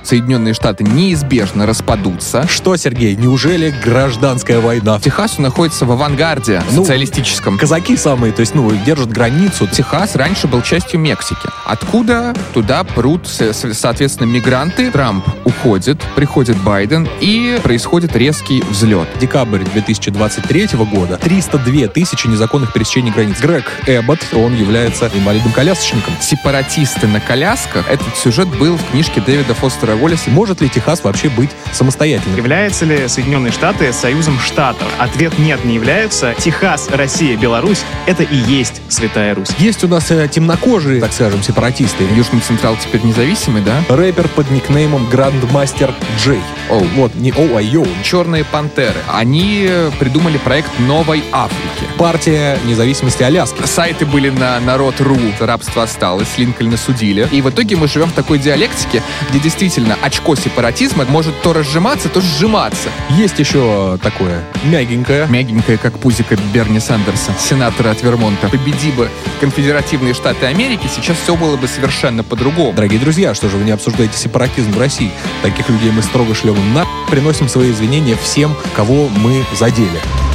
Соединенные Штаты неизбежно распадутся. Что, Сергей, неужели гражданская война? Техас находится в авангарде социалистическом. Казаки самые, то есть, держат границу. Техас раньше был частью Мексики. Откуда туда прут, соответственно, мигранты. Трамп уходит, приходит Байден, и происходит резкий взлет. Декабрь 2023 года. 302 тысячи незаконных пересечений границ. Грег Эбботт, он является инвалидом-колясочником. Сепаратисты на колясках. Этот сюжет был в книжке Дэвида Фостера Уоллеса. Может ли Техас вообще быть самостоятельным? Являются ли Соединенные Штаты союзом штатов? Ответ нет, не являются. Техас, Россия, Беларусь — это и есть Святая Русь. Есть у нас темнокожие, так скажем, сепаратисты. Южный Централ теперь независимый, да? Рэпер под никнеймом Грандмастер Джей. Вот, не Оу, а Йоу. Черные пантеры. Они придумали проект Новой Африки. Партия независимости Аляски. Сайты были на народ.ру. Рабство осталось, Линкольна судили. И в итоге мы живем в такой диалектике, где действительно очко сепаратизма может то разжиматься, то сжиматься. Есть еще такое мягенькое. Мягенькое, как пузико Берни Сандерса, сенатора от Вермонта. Победи бы конфедеративные Штаты Америки, сейчас все было бы совершенно по-другому. Дорогие друзья, что же вы не обсуждаете сепаратизм в России? Таких людей мы строго шлем на... Приносим свои извинения всем, кого мы задели.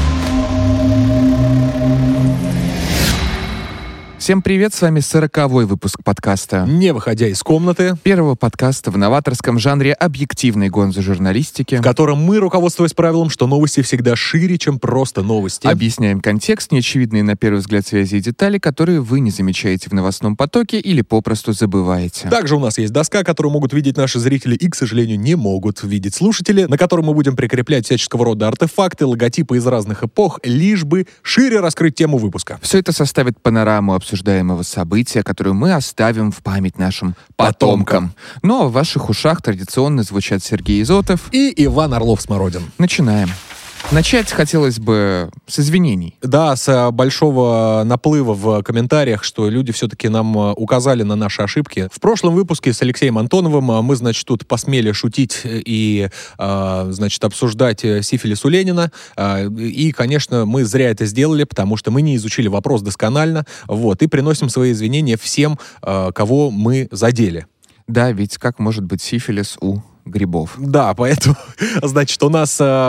Всем привет, с вами 40-й выпуск подкаста. Не выходя из комнаты. Первого подкаста в новаторском жанре объективной гонзо-журналистики, в котором мы, руководствуясь правилом, что новости всегда шире, чем просто новости. Объясняем контекст, неочевидные на первый взгляд связи и детали, которые вы не замечаете в новостном потоке или попросту забываете. Также у нас есть доска, которую могут видеть наши зрители и, к сожалению, не могут видеть слушатели, на которой мы будем прикреплять всяческого рода артефакты, логотипы из разных эпох, лишь бы шире раскрыть тему выпуска. Все это составит панораму обсуждаемого события, которую мы оставим в память нашим потомкам. Ну а в ваших ушах традиционно звучат Сергей Изотов и Иван Орлов-Смородин. Начинаем. Начать хотелось бы с извинений. Да, с большого наплыва в комментариях, что люди все-таки нам указали на наши ошибки. В прошлом выпуске с Алексеем Антоновым мы, значит, тут посмели шутить и, значит, обсуждать сифилис у Ленина. И, конечно, мы зря это сделали, потому что мы не изучили вопрос досконально. Вот, и приносим свои извинения всем, кого мы задели. Да, ведь как может быть сифилис у грибов? Да, поэтому, значит, у нас... Я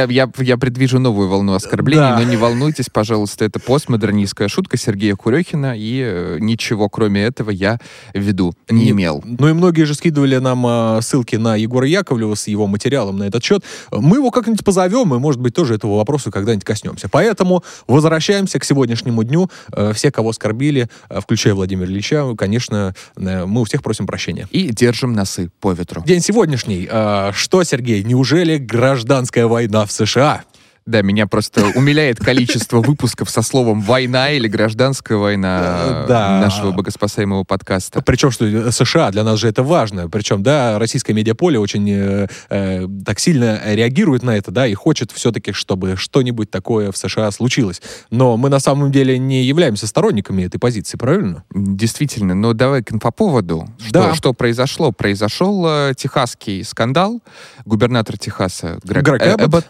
предвижу новую волну оскорблений, да. Но не волнуйтесь, пожалуйста, это постмодернистская шутка Сергея Курехина, и ничего, кроме этого, я в виду не имел. Ну и многие же скидывали нам ссылки на Егора Яковлева с его материалом на этот счет. Мы его как-нибудь позовем, и, может быть, тоже этого вопроса когда-нибудь коснемся. Поэтому возвращаемся к сегодняшнему дню. Все, кого оскорбили, включая Владимира Ильича, конечно, мы у всех просим прощения. И держим носы по ветру. День сегодняшний. Что, Сергей, неужели гражданская война в США? Да, меня просто умиляет количество выпусков со словом «война» или «гражданская война» нашего богоспасаемого подкаста. Причем, что США, для нас же это важно. Причем, да, российское медиаполе очень так сильно реагирует на это, да, и хочет все-таки, чтобы что-нибудь такое в США случилось. Но мы на самом деле не являемся сторонниками этой позиции, правильно? Действительно, но давай к инфоповоду. Что произошло? Произошел техасский скандал. Губернатор Техаса Грег Эбботт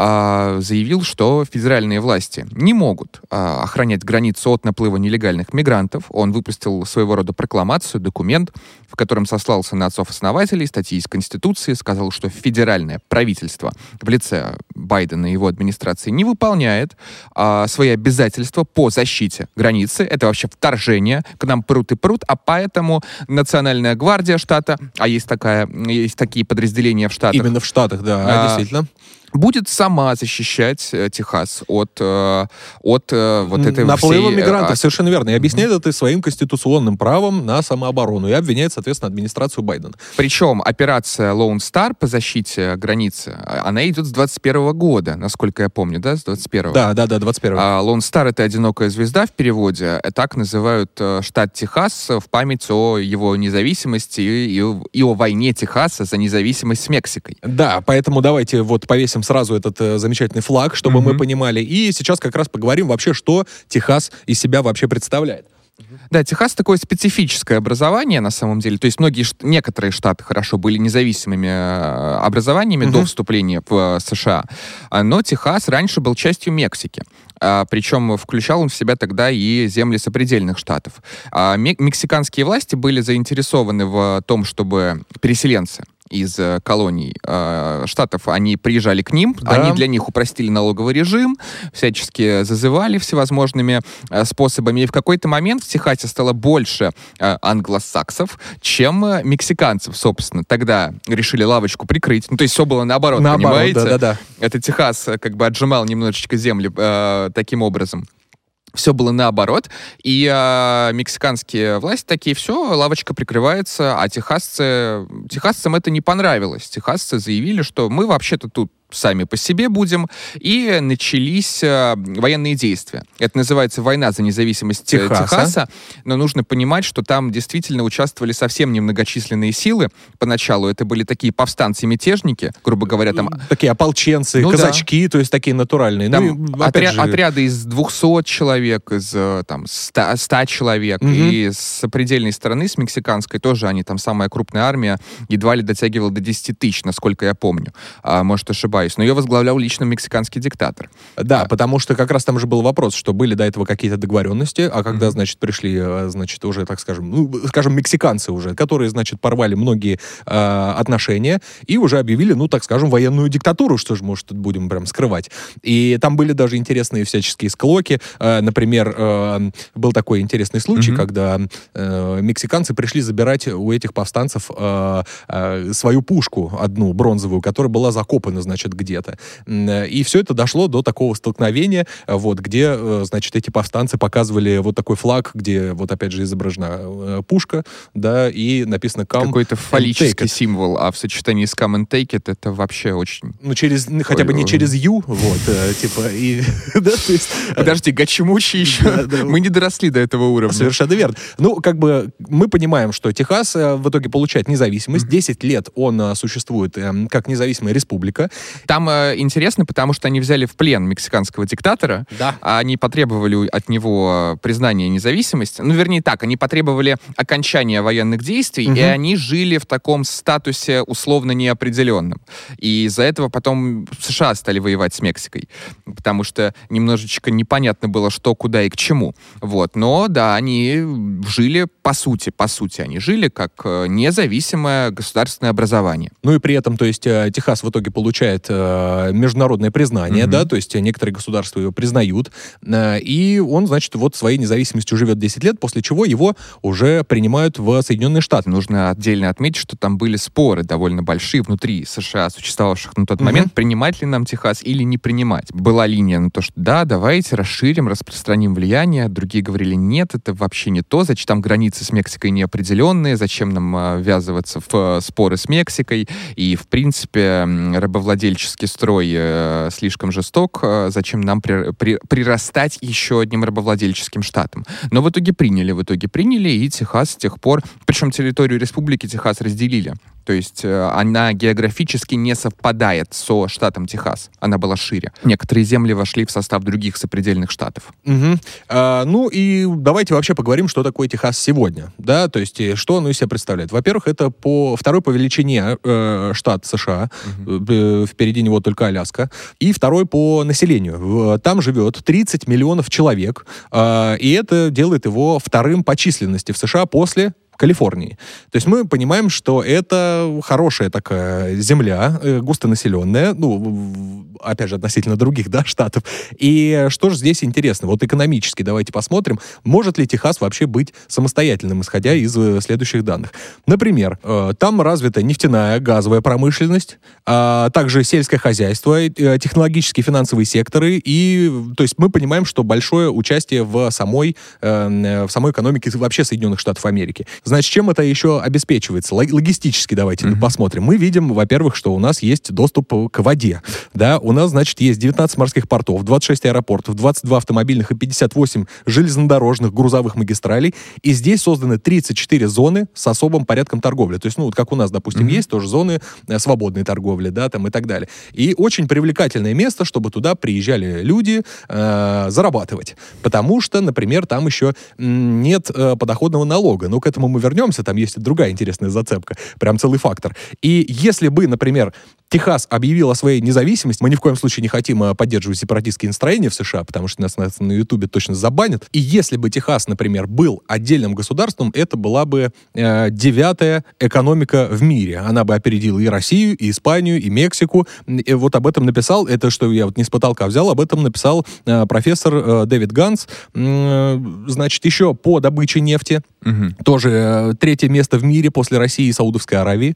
заявил, что федеральные власти не могут охранять границу от наплыва нелегальных мигрантов. Он выпустил своего рода прокламацию, документ, в котором сослался на отцов-основателей, статьи из Конституции, сказал, что федеральное правительство в лице Байдена и его администрации не выполняет свои обязательства по защите границы. Это вообще вторжение. К нам прут и прут, а поэтому Национальная гвардия штата, есть такие подразделения в Штатах. Именно в Штатах, да, действительно. Будет сама защищать Техас от вот этой наплыва мигрантов, совершенно верно. И объясняет это своим конституционным правом на самооборону и обвиняет, соответственно, администрацию Байдена. Причем операция Lone Star по защите границы, она идет с 21 года, насколько я помню, да, с 21-го? Да, 21-го. Lone Star — это «одинокая звезда» в переводе. Так называют штат Техас в память о его независимости и о войне Техаса за независимость с Мексикой. Да, поэтому давайте вот повесим сразу этот замечательный флаг, чтобы мы понимали. И сейчас как раз поговорим вообще, что Техас из себя вообще представляет. Да, Техас такое специфическое образование, на самом деле. То есть некоторые штаты хорошо были независимыми образованиями до вступления в США, но Техас раньше был частью Мексики. Причем включал он в себя тогда и земли сопредельных штатов. Мексиканские власти были заинтересованы в том, чтобы переселенцы из колоний Штатов, они приезжали к ним, Да. они для них упростили налоговый режим, всячески зазывали всевозможными способами. И в какой-то момент в Техасе стало больше англосаксов, чем мексиканцев, собственно. Тогда решили лавочку прикрыть. Ну, то есть все было наоборот, понимаете? Да. Это Техас как бы отжимал немножечко земли таким образом. Все было наоборот, и мексиканские власти такие, все, лавочка прикрывается, а техасцам это не понравилось. Техасцы заявили, что мы вообще-то тут сами по себе будем, и начались военные действия. Это называется война за независимость Техаса, но нужно понимать, что там действительно участвовали совсем немногочисленные силы. Поначалу это были такие повстанцы-мятежники, грубо говоря, там... Такие ополченцы, казачки, то есть такие натуральные. Там отряды из 200 человек, из 100 человек, и с сопредельной стороны, с мексиканской, тоже они там, самая крупная армия, едва ли дотягивала до 10 тысяч, насколько я помню. Может, ошибаюсь. Но ее возглавлял лично мексиканский диктатор. Да, потому что как раз там же был вопрос, что были до этого какие-то договоренности, а когда, значит, пришли, значит, уже, так скажем, мексиканцы уже, которые, значит, порвали многие отношения и уже объявили, так скажем, военную диктатуру, что же, может, тут будем прям скрывать. И там были даже интересные всяческие склоки. Например, был такой интересный случай, когда мексиканцы пришли забирать у этих повстанцев свою пушку, одну бронзовую, которая была закопана, значит, где-то. И все это дошло до такого столкновения, где, значит, эти повстанцы показывали вот такой флаг, где вот опять же изображена пушка, да, и написано come. Какой-то фаллический символ, а в сочетании с come and take it, это вообще очень... хотя бы не через U, типа, и... да, то есть... Подожди, гачимучи еще? Мы не доросли до этого уровня. Совершенно верно. Мы понимаем, что Техас в итоге получает независимость. 10 лет он существует как независимая республика. Там интересно, потому что они взяли в плен мексиканского диктатора, они потребовали от него признания независимости. Вернее так, они потребовали окончания военных действий, и они жили в таком статусе условно неопределенном. И из-за этого потом США стали воевать с Мексикой, потому что немножечко непонятно было, что, куда и к чему. Но да, они жили по сути, они жили как независимое государственное образование. И при этом, то есть, Техас в итоге получает международное признание, да, то есть некоторые государства его признают, и он, значит, своей независимостью живет 10 лет, после чего его уже принимают в Соединенные Штаты. Нужно отдельно отметить, что там были споры довольно большие внутри США, существовавших на тот момент, принимать ли нам Техас или не принимать. Была линия на то, что да, давайте расширим, распространим влияние, другие говорили, нет, это вообще не то, зачем там границы с Мексикой неопределенные, зачем нам ввязываться в споры с Мексикой, и, в принципе, рабовладельческий строй слишком жесток, зачем нам прирастать еще одним рабовладельческим штатом. Но в итоге приняли, и Техас с тех пор, причем территорию республики Техас разделили. То есть она географически не совпадает со штатом Техас. Она была шире. Некоторые земли вошли в состав других сопредельных штатов. И давайте вообще поговорим, что такое Техас сегодня. Да? То есть что он из себя представляет. Во-первых, это второй по величине штат США. Впереди него только Аляска. И второй по населению. Там живет 30 миллионов человек. И это делает его вторым по численности в США после Калифорнии. То есть мы понимаем, что это хорошая такая земля, густонаселенная, опять же, относительно других, да, штатов. И что же здесь интересно? Экономически давайте посмотрим, может ли Техас вообще быть самостоятельным, исходя из следующих данных. Например, там развита нефтяная, газовая промышленность, также сельское хозяйство, технологические финансовые секторы, и то есть мы понимаем, что большое участие в самой экономике вообще Соединенных Штатов Америки. Значит, чем это еще обеспечивается? Логистически давайте посмотрим. Мы видим, во-первых, что у нас есть доступ к воде. Да, у нас, значит, есть 19 морских портов, 26 аэропортов, 22 автомобильных и 58 железнодорожных грузовых магистралей. И здесь созданы 34 зоны с особым порядком торговли. То есть, как у нас, допустим, есть тоже зоны свободной торговли, да, там и так далее. И очень привлекательное место, чтобы туда приезжали люди зарабатывать. Потому что, например, там еще нет подоходного налога. Но к этому мы вернемся, там есть и другая интересная зацепка. Прям целый фактор. И если бы, например, Техас объявил о своей независимости. Мы ни в коем случае не хотим поддерживать сепаратистские настроения в США, потому что нас на Ютубе точно забанят. И если бы Техас, например, был отдельным государством, это была бы 9-я экономика в мире. Она бы опередила и Россию, и Испанию, и Мексику. И вот об этом написал, это что я вот не с потолка взял, об этом написал профессор Дэвид Ганс. Значит, еще по добыче нефти. Тоже 3-е место в мире после России и Саудовской Аравии.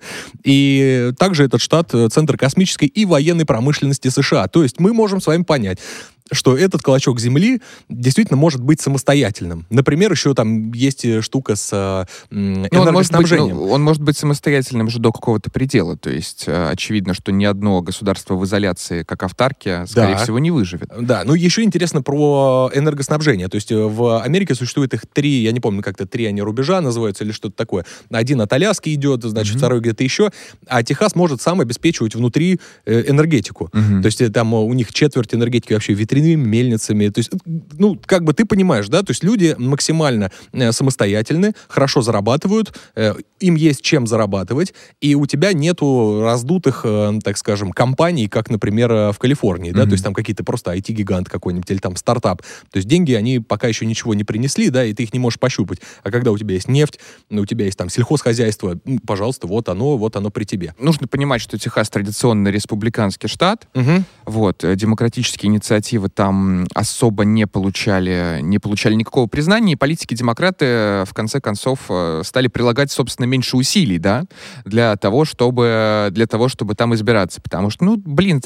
И также этот штат центр космической и военной промышленности США. То есть мы можем с вами понять, что этот клочок земли действительно может быть самостоятельным. Например, еще там есть штука с энергоснабжением. Он может быть самостоятельным же до какого-то предела. То есть очевидно, что ни одно государство в изоляции, как автаркия, скорее всего, не выживет. Да, ну еще интересно про энергоснабжение. То есть в Америке существует их 3, я не помню, как-то 3 они рубежа называются или что-то такое. Один от Аляски идет, значит, второй где-то еще. А Техас может сам обеспечивать внутри энергетику. То есть там у них четверть энергетики вообще ветряными мельницами. То есть, ну, как бы ты понимаешь, да, то есть люди максимально самостоятельны, хорошо зарабатывают, им есть чем зарабатывать, и у тебя нету раздутых, так скажем, компаний, как, например, в Калифорнии, да, то есть там какие-то просто IT-гигант какой-нибудь или там стартап. То есть деньги, они пока еще ничего не принесли, да, и ты их не можешь пощупать. А когда у тебя есть нефть, у тебя есть там сельхозхозяйство, пожалуйста, вот оно при тебе. Нужно понимать, что Техас традиционно республиканский штат, вот, демократические инициативы там особо не получали никакого признания, и политики-демократы в конце концов стали прилагать, собственно, меньше усилий, да, для того, чтобы там избираться. Потому что,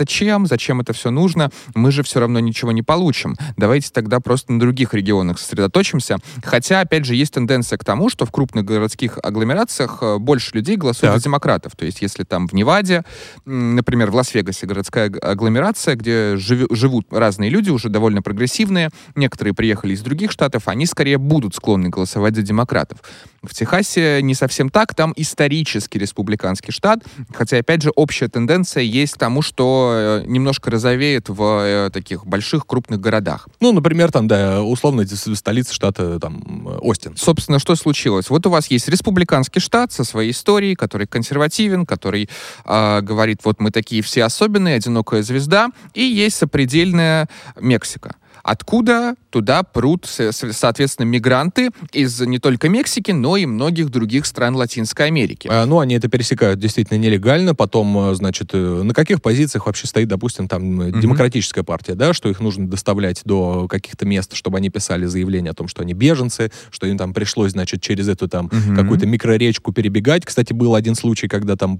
зачем это все нужно? Мы же все равно ничего не получим. Давайте тогда просто на других регионах сосредоточимся. Хотя, опять же, есть тенденция к тому, что в крупных городских агломерациях больше людей голосуют за демократов. То есть, если там в Неваде, например, в Лас-Вегасе городская агломерация, где живут разные люди, уже довольно прогрессивные, некоторые приехали из других штатов, они скорее будут склонны голосовать за демократов. В Техасе не совсем так, там исторически республиканский штат, хотя, опять же, общая тенденция есть к тому, что немножко розовеет в таких больших, крупных городах. Ну, например, там, да, условно, столица штата, там, Остин. Собственно, что случилось? Вот у вас есть республиканский штат со своей историей, который консервативен, который говорит, вот мы такие все особенные, одинокая звезда, и есть сопредельная Мексика. Откуда туда прут, соответственно, мигранты из не только Мексики, но и многих других стран Латинской Америки. Они это пересекают действительно нелегально. Потом, значит, на каких позициях вообще стоит, допустим, там демократическая партия, да, что их нужно доставлять до каких-то мест, чтобы они писали заявление о том, что они беженцы, что им там пришлось, значит, через эту там какую-то микроречку перебегать. Кстати, был один случай, когда там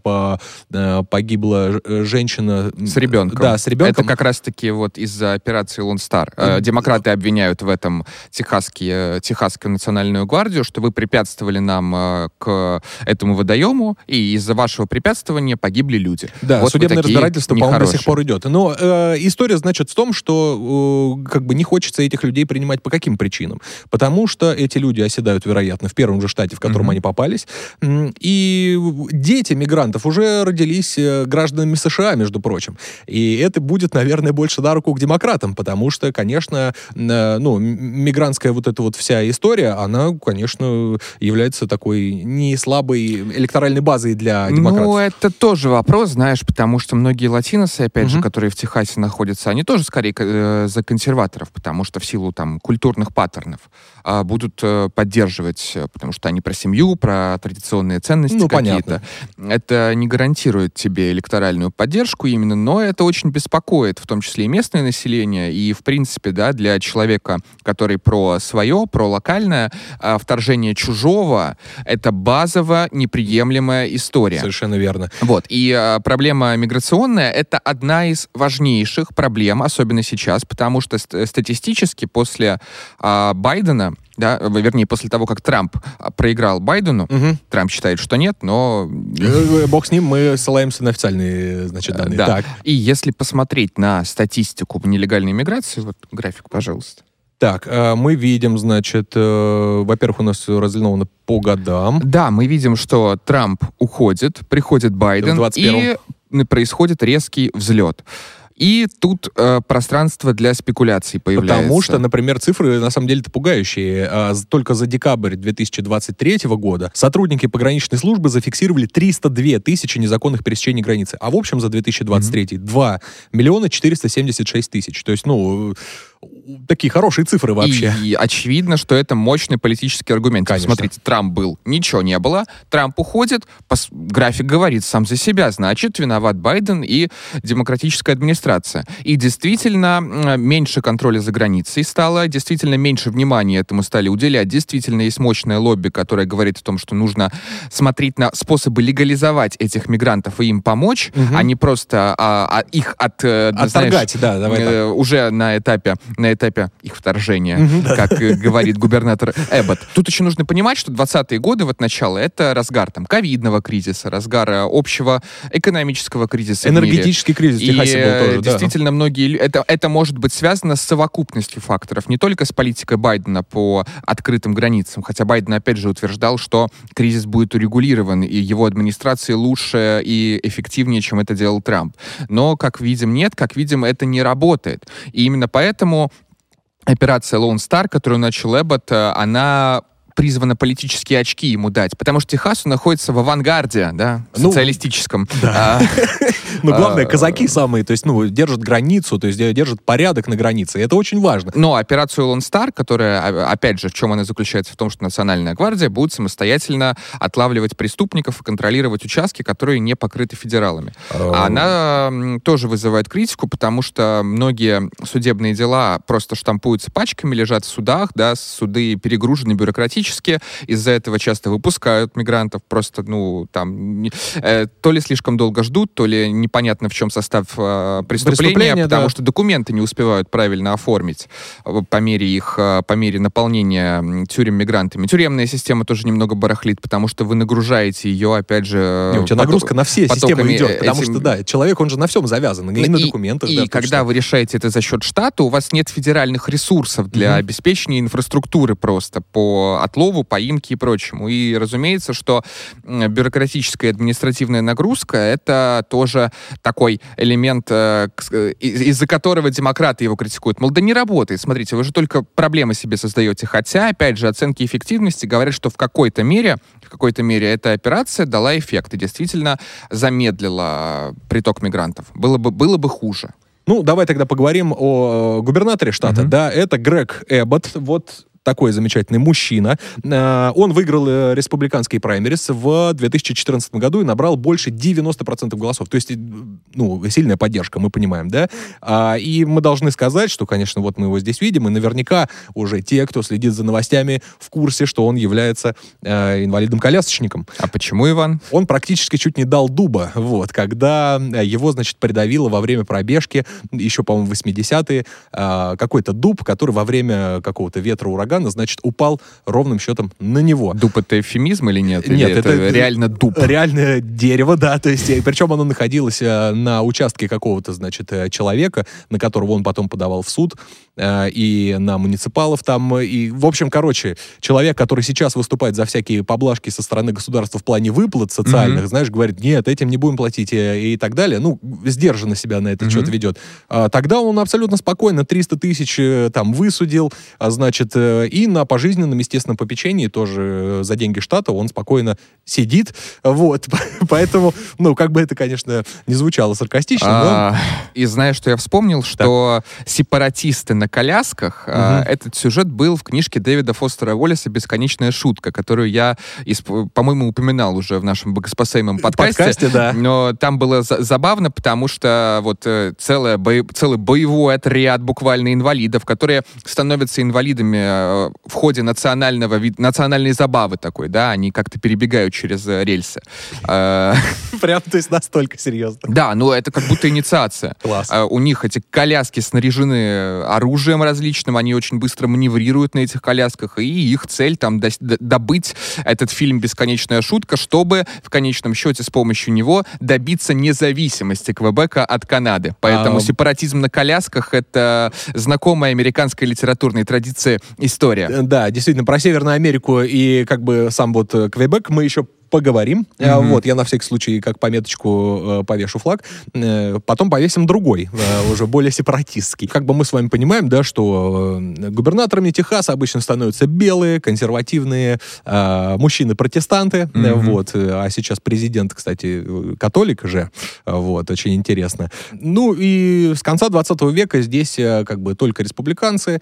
погибла женщина... С ребенком. Да, с ребенком. Это как раз-таки вот из-за операции Lone Star. Демократы обвиняют в этом Техасскую национальную гвардию, что вы препятствовали нам к этому водоему, и из-за вашего препятствования погибли люди. Да, вот судебное разбирательство, по-моему, до сих пор идет. Но история, значит, в том, что как бы не хочется этих людей принимать по каким причинам? Потому что эти люди оседают, вероятно, в первом же штате, в котором они попались. И дети мигрантов уже родились гражданами США, между прочим. И это будет, наверное, больше на руку к демократам, потому что, конечно, мигрантская вот эта вот вся история, она, конечно, является такой не слабой электоральной базой для демократов. Ну, это тоже вопрос, знаешь, потому что многие латиносы, опять же, которые в Техасе находятся, они тоже скорее за консерваторов, потому что в силу там культурных паттернов будут поддерживать, потому что они про семью, про традиционные ценности какие-то. Понятно. Это не гарантирует тебе электоральную поддержку именно, но это очень беспокоит, в том числе и местное население, и, в принципе, да, для человека, который про свое, про локальное, вторжение чужого — это базово неприемлемая история. Совершенно верно. Вот. И проблема миграционная — это одна из важнейших проблем, особенно сейчас, потому что статистически после Байдена, да, вернее, после того, как Трамп проиграл Байдену, Трамп считает, что нет, но... Бог с ним, мы ссылаемся на официальные, значит, данные. Да. Так. И если посмотреть на статистику нелегальной миграции, вот график, пожалуйста. Так, мы видим, значит, во-первых, у нас разлиновано по годам. Да, мы видим, что Трамп уходит, приходит Байден, и происходит резкий взлет. И тут пространство для спекуляций появляется. Потому что, например, цифры на самом деле-то пугающие. Только за декабрь 2023 года сотрудники пограничной службы зафиксировали 302 тысячи незаконных пересечений границы. А в общем за 2023 2 миллиона 476 тысяч. То есть, такие хорошие цифры вообще. И очевидно, что это мощный политический аргумент. Конечно. Смотрите, Трамп был, ничего не было. Трамп уходит, график говорит сам за себя. Значит, виноват Байден и демократическая администрация. И действительно, меньше контроля за границей стало, действительно, меньше внимания этому стали уделять. Действительно, есть мощное лобби, которое говорит о том, что нужно смотреть на способы легализовать этих мигрантов и им помочь, а не просто их отторгать, уже на этапе их вторжения, как говорит губернатор Эббот. Тут еще нужно понимать, что 20-е годы, начало, это разгар ковидного кризиса, разгар общего экономического кризиса. Энергетический кризис в Техасе был тоже, действительно, многие... Это может быть связано с совокупностью факторов, не только с политикой Байдена по открытым границам, хотя Байден, опять же, утверждал, что кризис будет урегулирован, и его администрация лучше и эффективнее, чем это делал Трамп. Но, как видим, это не работает. И именно поэтому операция Lone Star, которую начал Эббот, она призвана политические очки ему дать, потому что Техас находится в авангарде, социалистическом. Но главное, казаки самые, то есть, держат границу, то есть держат порядок на границе, и это очень важно. Но операцию Lone Star, которая, опять же, в чем она заключается? В том, что Национальная гвардия будет самостоятельно отлавливать преступников и контролировать участки, которые не покрыты федералами. Она тоже вызывает критику, потому что многие судебные дела просто штампуются пачками, лежат в судах, суды перегружены бюрократически, из-за этого часто выпускают мигрантов, просто, то ли слишком долго ждут, то ли непонятно, в чем состав преступления, потому что документы не успевают правильно оформить по мере наполнения тюрем мигрантами. Тюремная система тоже немного барахлит, потому что вы нагружаете ее, опять же... у тебя нагрузка на все системы идет, потому что, человек, он же на всем завязан, и на документах. И когда вы решаете это за счет штата, у вас нет федеральных ресурсов для обеспечения инфраструктуры просто по отлову, поимке и прочему. И, разумеется, что бюрократическая и административная нагрузка — это тоже такой элемент, из-за которого демократы его критикуют. Мол, да не работает. Смотрите, вы же только проблемы себе создаете. Хотя, опять же, оценки эффективности говорят, что в какой-то мере эта операция дала эффект и действительно замедлила приток мигрантов. Было бы хуже. Давай тогда поговорим о губернаторе штата. Да, это Грег Эббот. Такой замечательный мужчина. Он выиграл республиканские праймерис в 2014 году и набрал больше 90% голосов. То есть, сильная поддержка, мы понимаем, да? И мы должны сказать, что, конечно, мы его здесь видим, и наверняка уже те, кто следит за новостями, в курсе, что он является инвалидом-колясочником. А почему, Иван? Он практически чуть не дал дуба, когда его, придавило во время пробежки, еще, по-моему, в 80-е, какой-то дуб, который во время какого-то ветра, урагана, упал ровным счетом на него. Дуб — это эвфемизм или нет? Нет, это реально дуб? Реальное дерево, да. То есть, причем оно находилось на участке какого-то, человека, на которого он потом подавал в суд, и на муниципалов там. И, в общем, человек, который сейчас выступает за всякие поблажки со стороны государства в плане выплат социальных, говорит, нет, этим не будем платить и так далее. Сдержанно себя на этот счет ведет. Тогда он абсолютно спокойно 300 тысяч высудил, и на пожизненном, естественно, попечении тоже за деньги штата он спокойно сидит. Поэтому, это, конечно, не звучало саркастично. И знаешь, что я вспомнил? Что сепаратисты на колясках, этот сюжет был в книжке Дэвида Фостера Уоллеса «Бесконечная шутка», которую я, по-моему, упоминал уже в нашем богоспасаемом подкасте. Да. Но там было забавно, потому что целый боевой отряд буквально инвалидов, которые становятся инвалидами в ходе национальной забавы такой, они как-то перебегают через рельсы. Прям, то есть настолько серьезно? Да, это как будто инициация. Класс. У них эти коляски снаряжены оружием различным, они очень быстро маневрируют на этих колясках, и их цель добыть этот фильм «Бесконечная шутка», чтобы в конечном счете с помощью него добиться независимости Квебека от Канады. Поэтому сепаратизм на колясках — это знакомая американской литературной традиции история. Да, действительно, про Северную Америку и сам Квебек мы еще поговорим. Вот, я на всякий случай как пометочку повешу флаг. Потом повесим другой, уже более сепаратистский. Как бы мы с вами понимаем, да, что губернаторами Техаса обычно становятся белые, консервативные мужчины-протестанты. Вот. А сейчас президент, кстати, католик же. Вот, очень интересно. Ну и с конца 20 века здесь как бы только республиканцы,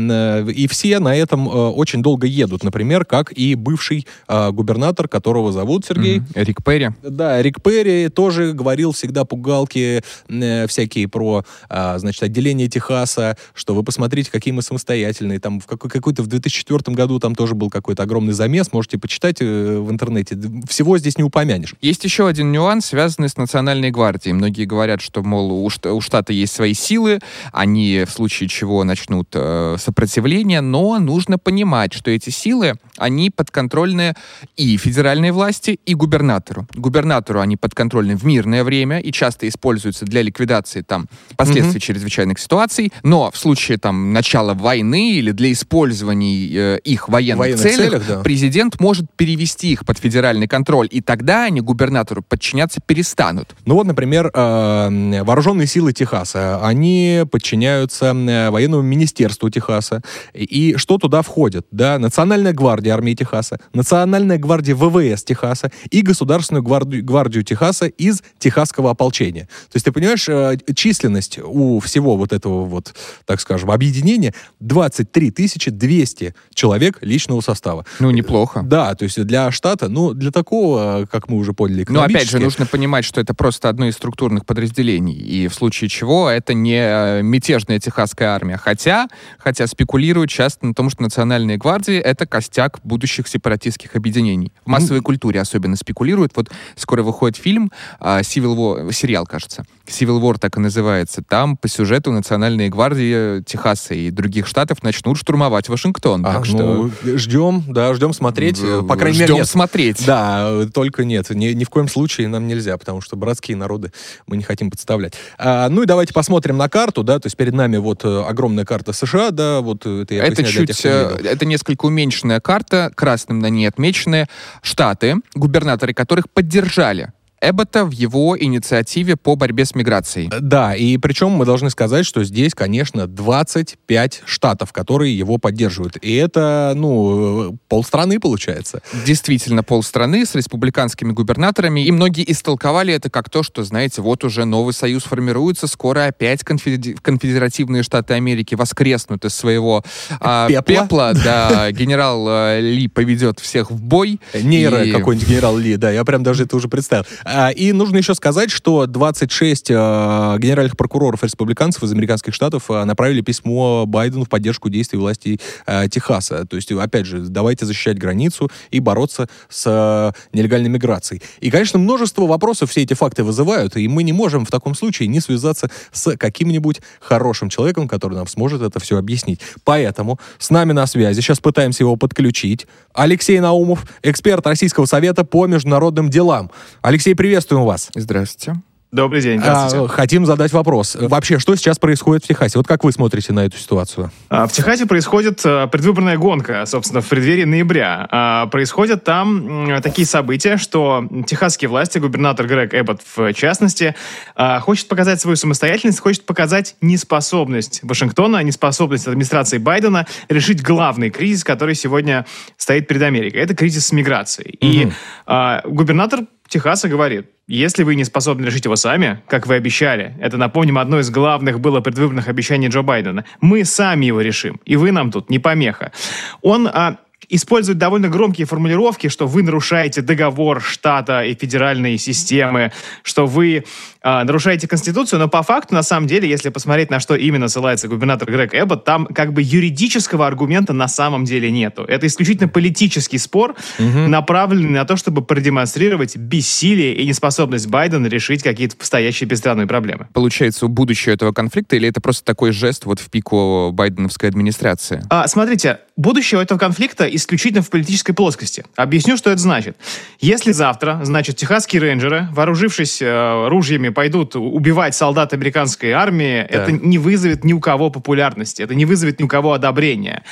и все на этом очень долго едут. Например, как и бывший губернатор, которого зовут Сергей. Рик Перри. Да, Рик Перри тоже говорил всегда пугалки всякие про, значит, отделение Техаса, что вы посмотрите, какие мы самостоятельные. Там в какой-то в 2004 году там тоже был какой-то огромный замес. Можете почитать в интернете. Всего здесь не упомянешь. Есть еще один нюанс, связанный с Национальной гвардией. Многие говорят, что, мол, у штата есть свои силы, они в случае чего начнут сопротивление, но нужно понимать, что эти силы, они подконтрольны и федеральной власти, и губернатору. Губернатору они подконтрольны в мирное время и часто используются для ликвидации там последствий чрезвычайных ситуаций, но в случае там начала войны или для использования их в военных целях да. Президент может перевести их под федеральный контроль, и тогда они губернатору подчиняться перестанут. Ну вот, например, вооруженные силы Техаса, они подчиняются военному министерству Техаса. И что туда входит? Да, Национальная гвардия армии Техаса, Национальная гвардия ВВС Техаса и Государственную гвардию Техаса из Техасского ополчения. То есть, ты понимаешь, численность у всего вот этого вот, так скажем, объединения 23 200 человек личного состава. Ну, неплохо. Да, то есть для штата, ну, для такого, как мы уже поняли, но опять же, нужно понимать, что это просто одно из структурных подразделений, и в случае чего это не мятежная техасская армия. Хотя спекулируют часто на том, что Национальная гвардия — это костяк будущих сепаратистских объединений. В массовой культуре особенно спекулируют. Вот скоро выходит фильм Civil War, сериал, кажется. Civil War так и называется. Там по сюжету Национальные гвардии Техаса и других штатов начнут штурмовать Вашингтон. Так что... ждем смотреть. По крайней мере, ждем смотреть. Да, только нет. Ни в коем случае нам нельзя, потому что братские народы мы не хотим подставлять. Ну и давайте посмотрим на карту, да, то есть перед нами вот огромная карта США, да, вот это я поясняю для тех, кто не видел. Это несколько уменьшенная карта, красным на ней отмечены штаты, губернаторы которых поддержали Эббота в его инициативе по борьбе с миграцией. Да, и причем мы должны сказать, что здесь, конечно, 25 штатов, которые его поддерживают. И это, полстраны получается. Действительно, полстраны с республиканскими губернаторами. И многие истолковали это как то, что, знаете, вот уже новый союз формируется, скоро опять конфедеративные штаты Америки воскреснут из своего пепла. Да, генерал Ли поведет всех в бой. Какой-нибудь генерал Ли, да, я прям даже это уже представил. И нужно еще сказать, что 26 генеральных прокуроров республиканцев из американских штатов направили письмо Байдену в поддержку действий властей Техаса. То есть, опять же, давайте защищать границу и бороться с нелегальной миграцией. И, конечно, множество вопросов все эти факты вызывают, и мы не можем в таком случае не связаться с каким-нибудь хорошим человеком, который нам сможет это все объяснить. Поэтому с нами на связи, сейчас пытаемся его подключить, Алексей Наумов, эксперт Российского совета по международным делам. Алексей, приветствуем вас. Здравствуйте. Добрый день, здравствуйте. Хотим задать вопрос. Вообще, что сейчас происходит в Техасе? Вот как вы смотрите на эту ситуацию? В Техасе происходит предвыборная гонка, собственно, в преддверии ноября. Происходят там такие события, что техасские власти, губернатор Грег Эббот в частности, хочет показать свою самостоятельность, хочет показать неспособность Вашингтона, неспособность администрации Байдена решить главный кризис, который сегодня стоит перед Америкой. Это кризис с миграцией. И губернатор Техаса говорит: если вы не способны решить его сами, как вы обещали, это, напомним, одно из главных было предвыборных обещаний Джо Байдена, мы сами его решим, и вы нам тут не помеха. Он использует довольно громкие формулировки, что вы нарушаете договор штата и федеральной системы, что вы нарушаете Конституцию, но по факту, на самом деле, если посмотреть, на что именно ссылается губернатор Грег Эббот, там как бы юридического аргумента на самом деле нету. Это исключительно политический спор, направленный на то, чтобы продемонстрировать бессилие и неспособность Байдена решить какие-то стоящие перед страной проблемы. Получается, будущее этого конфликта, или это просто такой жест вот в пику байденовской администрации? Смотрите, будущее этого конфликта исключительно в политической плоскости. Объясню, что это значит. Если завтра, значит, техасские рейнджеры, вооружившись ружьями, пойдут убивать солдат американской армии, это не вызовет ни у кого популярности, это не вызовет ни у кого одобрения.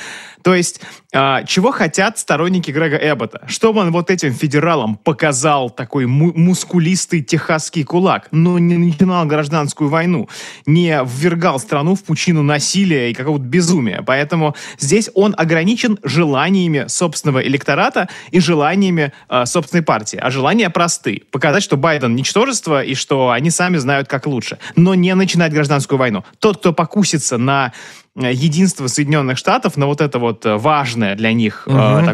То есть, чего хотят сторонники Грега Эббота? Чтобы он вот этим федералам показал такой мускулистый техасский кулак, но не начинал гражданскую войну, не ввергал страну в пучину насилия и какого-то безумия. Поэтому здесь он ограничен желаниями собственного электората и желаниями собственной партии. А желания просты. Показать, что Байден ничтожество и что они сами знают, как лучше. Но не начинать гражданскую войну. Тот, кто покусится на единство Соединенных Штатов, на вот это вот важное для них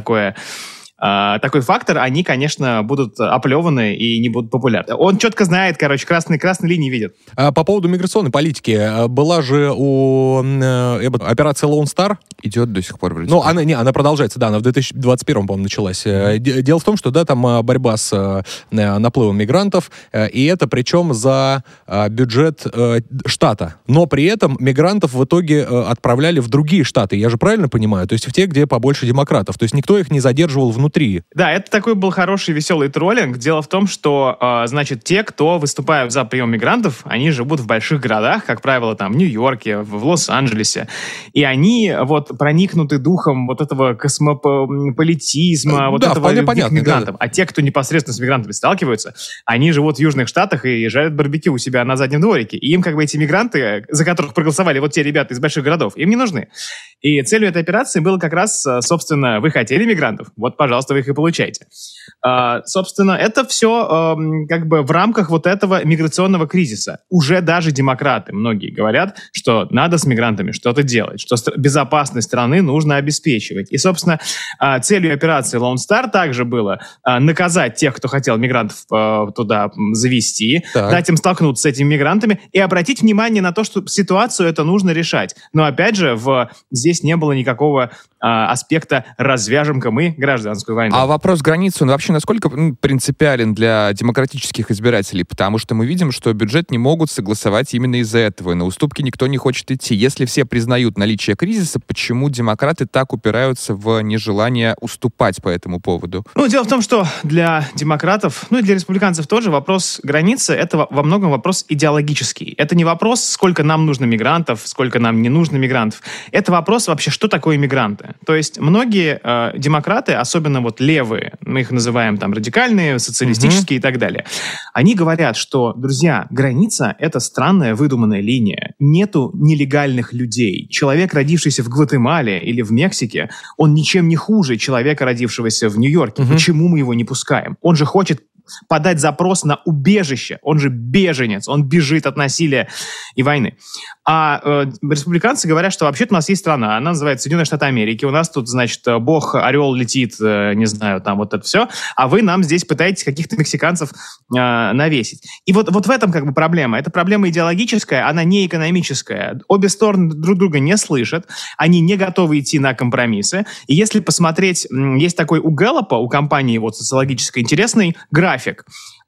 такой фактор, они, конечно, будут оплеваны и не будут популярны. Он четко знает, красные линии видит. По поводу миграционной политики. Была же у операция Lone Star. Идет до сих пор. Ну, она продолжается, да, она в 2021, по-моему, началась. Дело в том, что, да, там борьба с наплывом мигрантов, и это причем за бюджет штата. Но при этом мигрантов в итоге отправляли в другие штаты, я же правильно понимаю? То есть в те, где побольше демократов. То есть никто их не задерживал внутри. Да, это такой был хороший, веселый троллинг. Дело в том, что, значит, те, кто выступают за прием мигрантов, они живут в больших городах, как правило, там, в Нью-Йорке, в Лос-Анджелесе. И они вот проникнуты духом вот этого космополитизма, вот этого любви к мигрантам. Да. А те, кто непосредственно с мигрантами сталкиваются, они живут в южных штатах и жарят барбекю у себя на заднем дворике. И им как бы эти мигранты, за которых проголосовали вот те ребята из больших городов, им не нужны. И целью этой операции было как раз, собственно, вы хотели мигрантов? Вот, пожалуйста, вы их и получаете. Собственно, это все как бы в рамках вот этого миграционного кризиса. Уже даже демократы, многие говорят, что надо с мигрантами что-то делать, что безопасность страны нужно обеспечивать. И, собственно, целью операции Lone Star также было наказать тех, кто хотел мигрантов туда завести, дать им столкнуться с этими мигрантами и обратить внимание на то, что ситуацию это нужно решать. Но, опять же, здесь не было никакого аспекта «развяжем-ка мы гражданскую войну». А вопрос границы, он вообще насколько принципиален для демократических избирателей? Потому что мы видим, что бюджет не могут согласовать именно из-за этого. На уступки никто не хочет идти. Если все признают наличие кризиса, почему демократы так упираются в нежелание уступать по этому поводу? Ну, дело в том, что для демократов, ну и для республиканцев тоже вопрос границы — это во многом вопрос идеологический. Это не вопрос, сколько нам нужно мигрантов, сколько нам не нужно мигрантов. Это вопрос вообще, что такое мигранты. То есть многие демократы, особенно вот левые, мы их называем там радикальные, социалистические и так далее, они говорят, что, друзья, граница — это странная выдуманная линия. Нету нелегальных людей. Человек, родившийся в Гватемале или в Мексике, он ничем не хуже человека, родившегося в Нью-Йорке. Почему мы его не пускаем? Он же хочет подать запрос на убежище. Он же беженец, он бежит от насилия и войны. А республиканцы говорят, что вообще-то у нас есть страна, она называется Соединенные Штаты Америки, у нас тут, значит, бог орел летит, не знаю, там вот это все, а вы нам здесь пытаетесь каких-то мексиканцев навесить. И вот в этом как бы проблема. Это проблема идеологическая, она не экономическая. Обе стороны друг друга не слышат, они не готовы идти на компромиссы. И если посмотреть, есть такой у Гэллопа, у компании вот социологической, интересный график,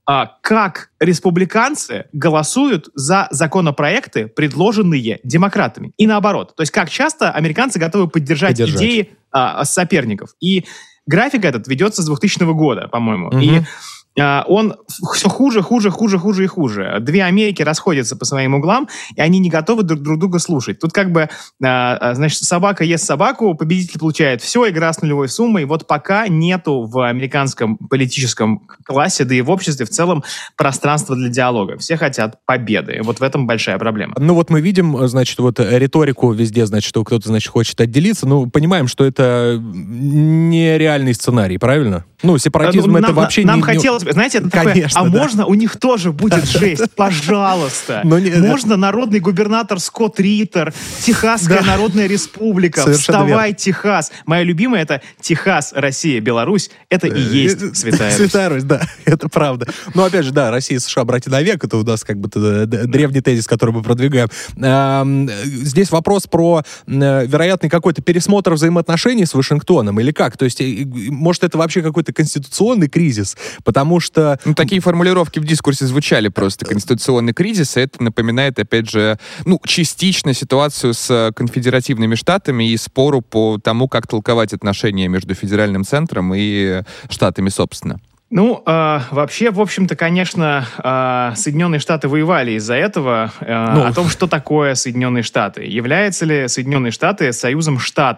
как республиканцы голосуют за законопроекты, предложенные демократами. И наоборот. То есть как часто американцы готовы поддержать идеи соперников. И график этот ведется с 2000 года, по-моему. И он все хуже и хуже. Две Америки расходятся по своим углам, и они не готовы друг друга слушать. Тут как бы, значит, собака ест собаку, победитель получает все, игра с нулевой суммой. Вот пока нету в американском политическом классе, да и в обществе в целом пространства для диалога. Все хотят победы. Вот в этом большая проблема. Ну вот мы видим, значит, вот риторику везде, значит, что кто-то, значит, хочет отделиться. Ну, понимаем, что это нереальный сценарий, правильно? Ну, сепаратизм это вообще нам хотелось бы, знаете, это такое, можно у них тоже будет жесть, пожалуйста. Можно народный губернатор Скотт Риттер, Техасская Народная Республика, вставай, Техас. Моя любимая — это Техас, Россия, Беларусь. Это и есть Святая Русь. Святая Русь, да, это правда. Но опять же, да, Россия и США братья навек, это у нас как бы древний тезис, который мы продвигаем. Здесь вопрос про вероятный какой-то пересмотр взаимоотношений с Вашингтоном или как? То есть, может, это вообще какой-то конституционный кризис, потому что... Ну, такие формулировки в дискурсе звучали просто. Конституционный кризис, и это напоминает, опять же, частично ситуацию с конфедеративными штатами и спору по тому, как толковать отношения между федеральным центром и штатами, собственно. Ну, вообще, в общем-то, конечно, Соединенные Штаты воевали из-за этого. О том, что такое Соединенные Штаты. Являются ли Соединенные Штаты союзом штатов?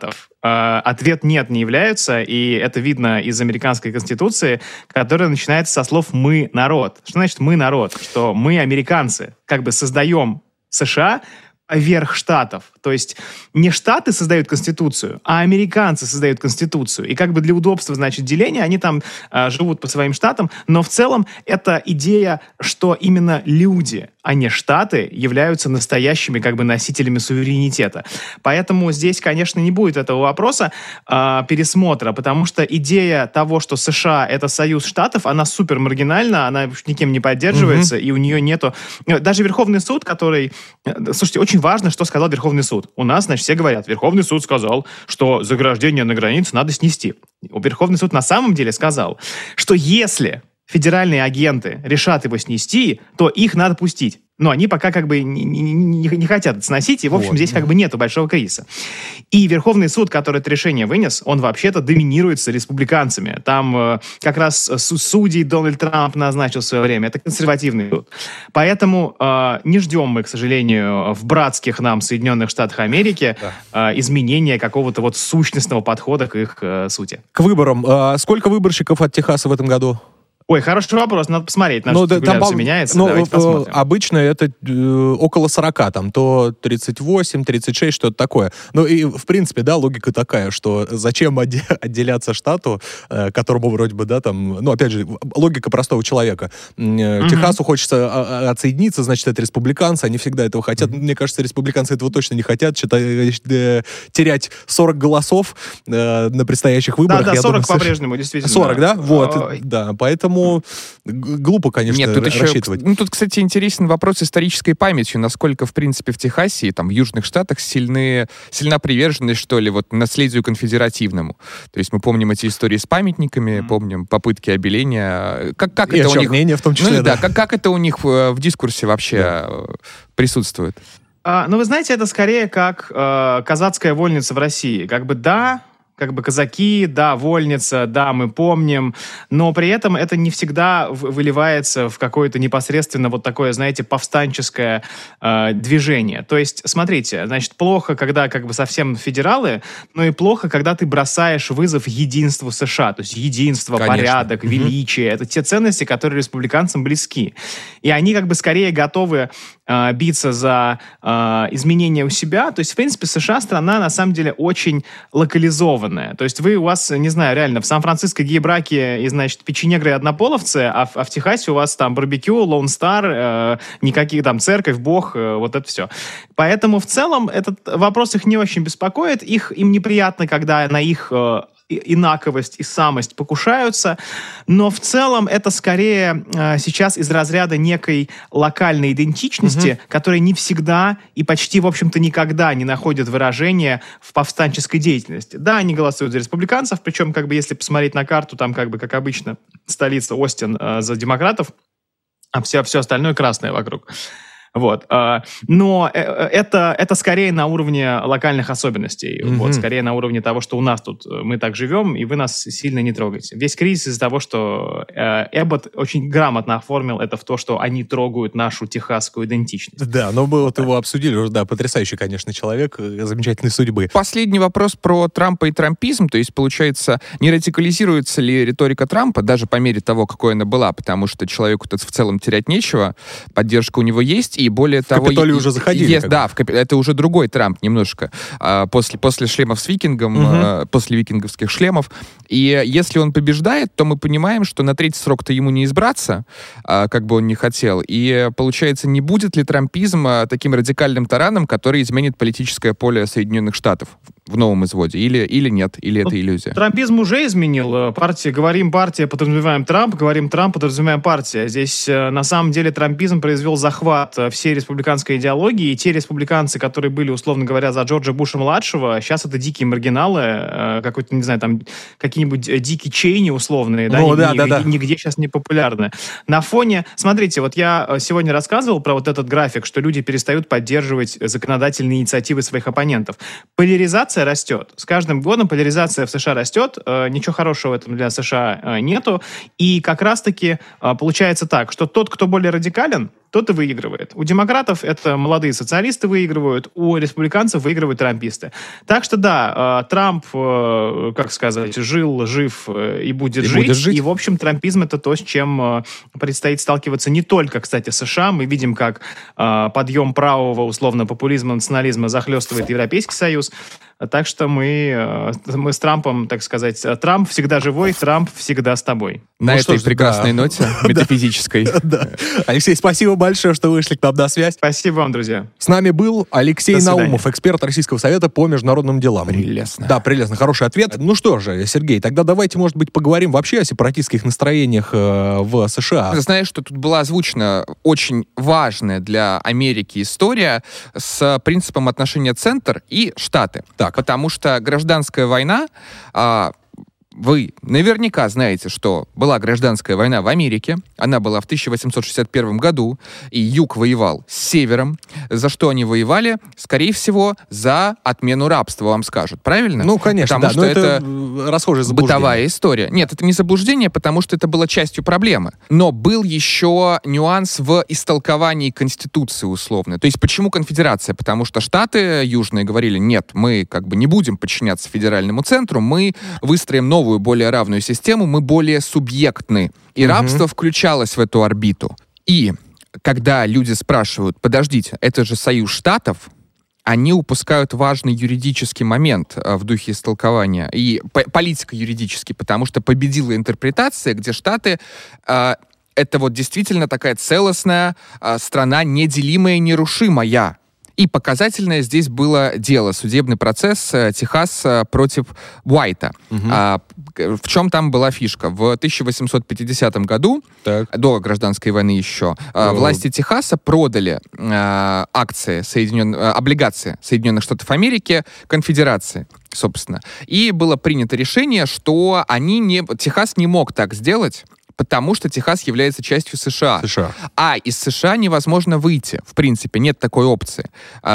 Ответ нет, не являются, и это видно из американской конституции, которая начинается со слов «мы народ». Что значит «мы народ»? Что мы, американцы, как бы создаем США поверх штатов. То есть не штаты создают конституцию, а американцы создают конституцию. И как бы для удобства, значит, деления они там живут по своим штатам, но в целом это идея, что именно люди, а не штаты, являются настоящими как бы носителями суверенитета. Поэтому здесь, конечно, не будет этого вопроса пересмотра, потому что идея того, что США — это союз штатов, она супер маргинальна, она никем не поддерживается, и у нее нету... Даже Верховный суд, который... Слушайте, очень важно, что сказал Верховный суд. У нас, значит, все говорят, Верховный суд сказал, что заграждение на границе надо снести. Верховный суд на самом деле сказал, что если федеральные агенты решат его снести, то их надо пустить. Но они пока как бы не хотят сносить, и, в общем, здесь как бы нету большого кризиса. И Верховный суд, который это решение вынес, он вообще-то доминируется республиканцами. Там как раз судей Дональд Трамп назначил в свое время. Это консервативный суд. Поэтому не ждем мы, к сожалению, в братских нам Соединенных Штатах Америки изменения какого-то вот сущностного подхода к их сути. К выборам. Сколько выборщиков от Техаса в этом году? Ой, хороший вопрос, надо посмотреть. Все меняется, давайте посмотрим. Обычно это около 40, там, то 38, 36, что-то такое. Ну и, в принципе, да, логика такая, что зачем отделяться штату, которому вроде бы, да, там, ну, опять же, логика простого человека. Техасу хочется отсоединиться, значит, это республиканцы, они всегда этого хотят. Мне кажется, республиканцы этого точно не хотят, терять 40 голосов на предстоящих выборах. Да, 40 по-прежнему, действительно. 40, да? Вот, да, поэтому глупо, конечно, рассчитывать. Тут, кстати, интересен вопрос исторической памятью, насколько, в принципе, в Техасе и там в Южных Штатах сильна приверженность, что ли, вот наследию конфедеративному. То есть мы помним эти истории с памятниками, помним попытки обеления. Как и это у них, в том числе, да. Как это у них в дискурсе вообще присутствует? Ну, вы знаете, это скорее как казацкая вольница в России. Как бы да, как бы казаки, да, вольница, да, мы помним, но при этом это не всегда выливается в какое-то непосредственно вот такое, знаете, повстанческое движение. То есть, смотрите, значит, плохо, когда как бы совсем федералы, но и плохо, когда ты бросаешь вызов единству США. То есть единство, конечно, порядок, величие. Это те ценности, которые республиканцам близки. И они как бы скорее готовы биться за изменения у себя. То есть, в принципе, США страна, на самом деле, очень локализованная. То есть у вас, не знаю, реально, в Сан-Франциско гей-браки и, значит, печенегры и однополовцы, а в Техасе у вас там барбекю, Lone Star, никаких там церковь, бог, вот это все. Поэтому в целом этот вопрос их не очень беспокоит. Им неприятно, когда на их инаковость и самость покушаются, но в целом это скорее сейчас из разряда некой локальной идентичности, которая не всегда и почти, в общем-то, никогда не находит выражения в повстанческой деятельности. Да, они голосуют за республиканцев, причем, как бы, если посмотреть на карту, там, как бы, как обычно, столица Остин за демократов, а все остальное красное вокруг. Вот. Но это скорее на уровне локальных особенностей. Вот, скорее на уровне того, что у нас тут мы так живем, и вы нас сильно не трогаете. Весь кризис из-за того, что Эббот очень грамотно оформил это в то, что они трогают нашу техасскую идентичность. Да, но мы вот его обсудили уже, да, потрясающий, конечно, человек, замечательной судьбы. Последний вопрос про Трампа и трампизм, то есть, получается, не радикализируется ли риторика Трампа, даже по мере того, какой она была, потому что человеку-то в целом терять нечего, поддержка у него есть, и более того... В Капитолий уже заходили. Да, это уже другой Трамп немножко. После шлемов с викингом, после викинговских шлемов. И если он побеждает, то мы понимаем, что на третий срок-то ему не избраться, как бы он ни хотел. И, получается, не будет ли трампизм таким радикальным тараном, который изменит политическое поле Соединенных Штатов в новом изводе? Или нет? Или это иллюзия? Трампизм уже изменил. Говорим партия, подразумеваем Трамп, говорим Трамп, подразумеваем партия. Здесь, на самом деле, трампизм произвел захват всей республиканской идеологии, и те республиканцы, которые были, условно говоря, за Джорджа Буша-младшего, сейчас это дикие маргиналы, какой-то, не знаю, там, какие-нибудь Дики Чейни условные, да, нигде сейчас не популярны. На фоне, смотрите, вот я сегодня рассказывал про вот этот график, что люди перестают поддерживать законодательные инициативы своих оппонентов. Поляризация растет. С каждым годом поляризация в США растет, ничего хорошего в этом для США нету, и как раз-таки получается так, что тот, кто более радикален, тот и выигрывает. У демократов это молодые социалисты выигрывают, у республиканцев выигрывают трамписты. Так что да, Трамп, как сказать, жил, жив и будет жить. И, в общем, трампизм — это то, с чем предстоит сталкиваться не только, кстати, США. Мы видим, как подъем правого, условно, популизма, национализма захлестывает Европейский Союз. Так что мы с Трампом, так сказать, Трамп всегда живой, Трамп всегда с тобой. На этой прекрасной ноте метафизической. Алексей, спасибо большое, что вышли к нам на связь. Спасибо вам, друзья. С нами был Алексей Наумов, эксперт Российского совета по международным делам. Прелестно. Да, прелестно, хороший ответ. Ну что же, Сергей, тогда давайте, может быть, поговорим вообще о сепаратистских настроениях в США. Знаешь, что тут была озвучена очень важная для Америки история с принципом отношения центр и штаты. Так. Потому что гражданская война... Вы наверняка знаете, что была гражданская война в Америке. Она была в 1861 году, и Юг воевал с Севером. За что они воевали? Скорее всего, за отмену рабства, вам скажут. Правильно? Ну, конечно, потому да. что это расхожее заблуждение. Бытовая история. Нет, это не заблуждение, потому что это было частью проблемы. Но был еще нюанс в истолковании Конституции, условно. То есть почему конфедерация? Потому что Штаты южные говорили, нет, мы как бы не будем подчиняться федеральному центру, мы выстроим новую, более равную систему, мы более субъектны. И рабство включалось в эту орбиту. И когда люди спрашивают, подождите, это же союз штатов, они упускают важный юридический момент в духе истолкования и политико-юридический, потому что победила интерпретация, где Штаты это вот действительно такая целостная страна, неделимая, нерушимая. И показательное здесь было дело, судебный процесс Техас против Уайта. В чем там была фишка? В 1850 году, до гражданской войны еще, власти Техаса продали облигации Соединенных Штатов Америки конфедерации, собственно. И было принято решение, что Техас не мог так сделать, потому что Техас является частью США. А из США невозможно выйти. В принципе, нет такой опции.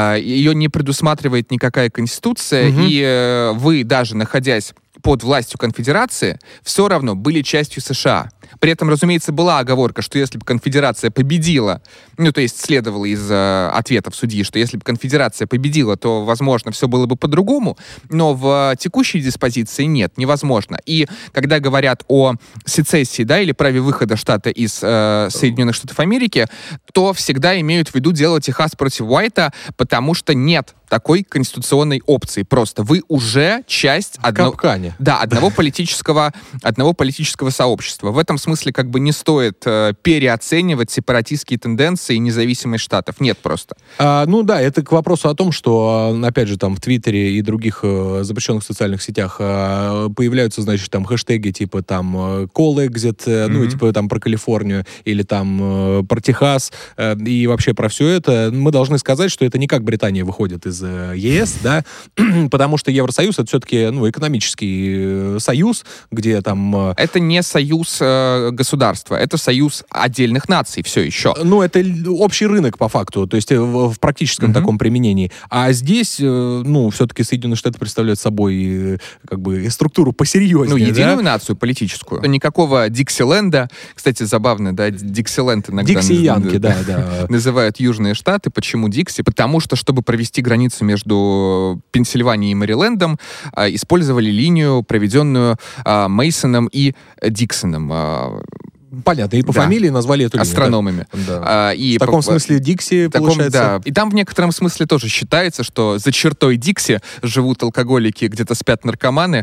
Ее не предусматривает никакая конституция, и вы, даже находясь под властью конфедерации, все равно были частью США. При этом, разумеется, была оговорка, что если бы конфедерация победила, то есть следовало из ответов судьи, что если бы конфедерация победила, то, возможно, все было бы по-другому, но в текущей диспозиции нет, невозможно. И когда говорят о сецессии, да, или праве выхода штата из Соединенных Штатов Америки, то всегда имеют в виду дело Техас против Уайта, потому что нет такой конституционной опции. Просто вы уже часть одного политического сообщества. В этом смысле как бы не стоит переоценивать сепаратистские тенденции и независимость штатов. Нет просто. Это к вопросу о том, что, опять же, там в Твиттере и других запрещенных социальных сетях появляются, значит, там хэштеги типа там Call Exit, типа там про Калифорнию или там про Техас и вообще про все это. Мы должны сказать, что это не как Британия выходит из ЕС, да, потому что Евросоюз — это все-таки, экономический союз, где там... Это не союз государства, это союз отдельных наций все еще. Это общий рынок по факту, то есть в практическом таком применении. А здесь, все-таки Соединенные Штаты представляют собой как бы структуру посерьезнее. Единую нацию политическую. Никакого Диксиленда. Кстати, забавно, да, Диксиленд иногда... Дикси-янки, да. Называют Южные Штаты. Почему Дикси? Потому что, чтобы провести границу между Пенсильванией и Мэрилендом, использовали линию, проведенную Мейсоном и Диксоном. Понятно, и по фамилии назвали эту линию. Астрономами. Да. В таком смысле Дикси, получается. Да. И там в некотором смысле тоже считается, что за чертой Дикси живут алкоголики, где-то спят наркоманы,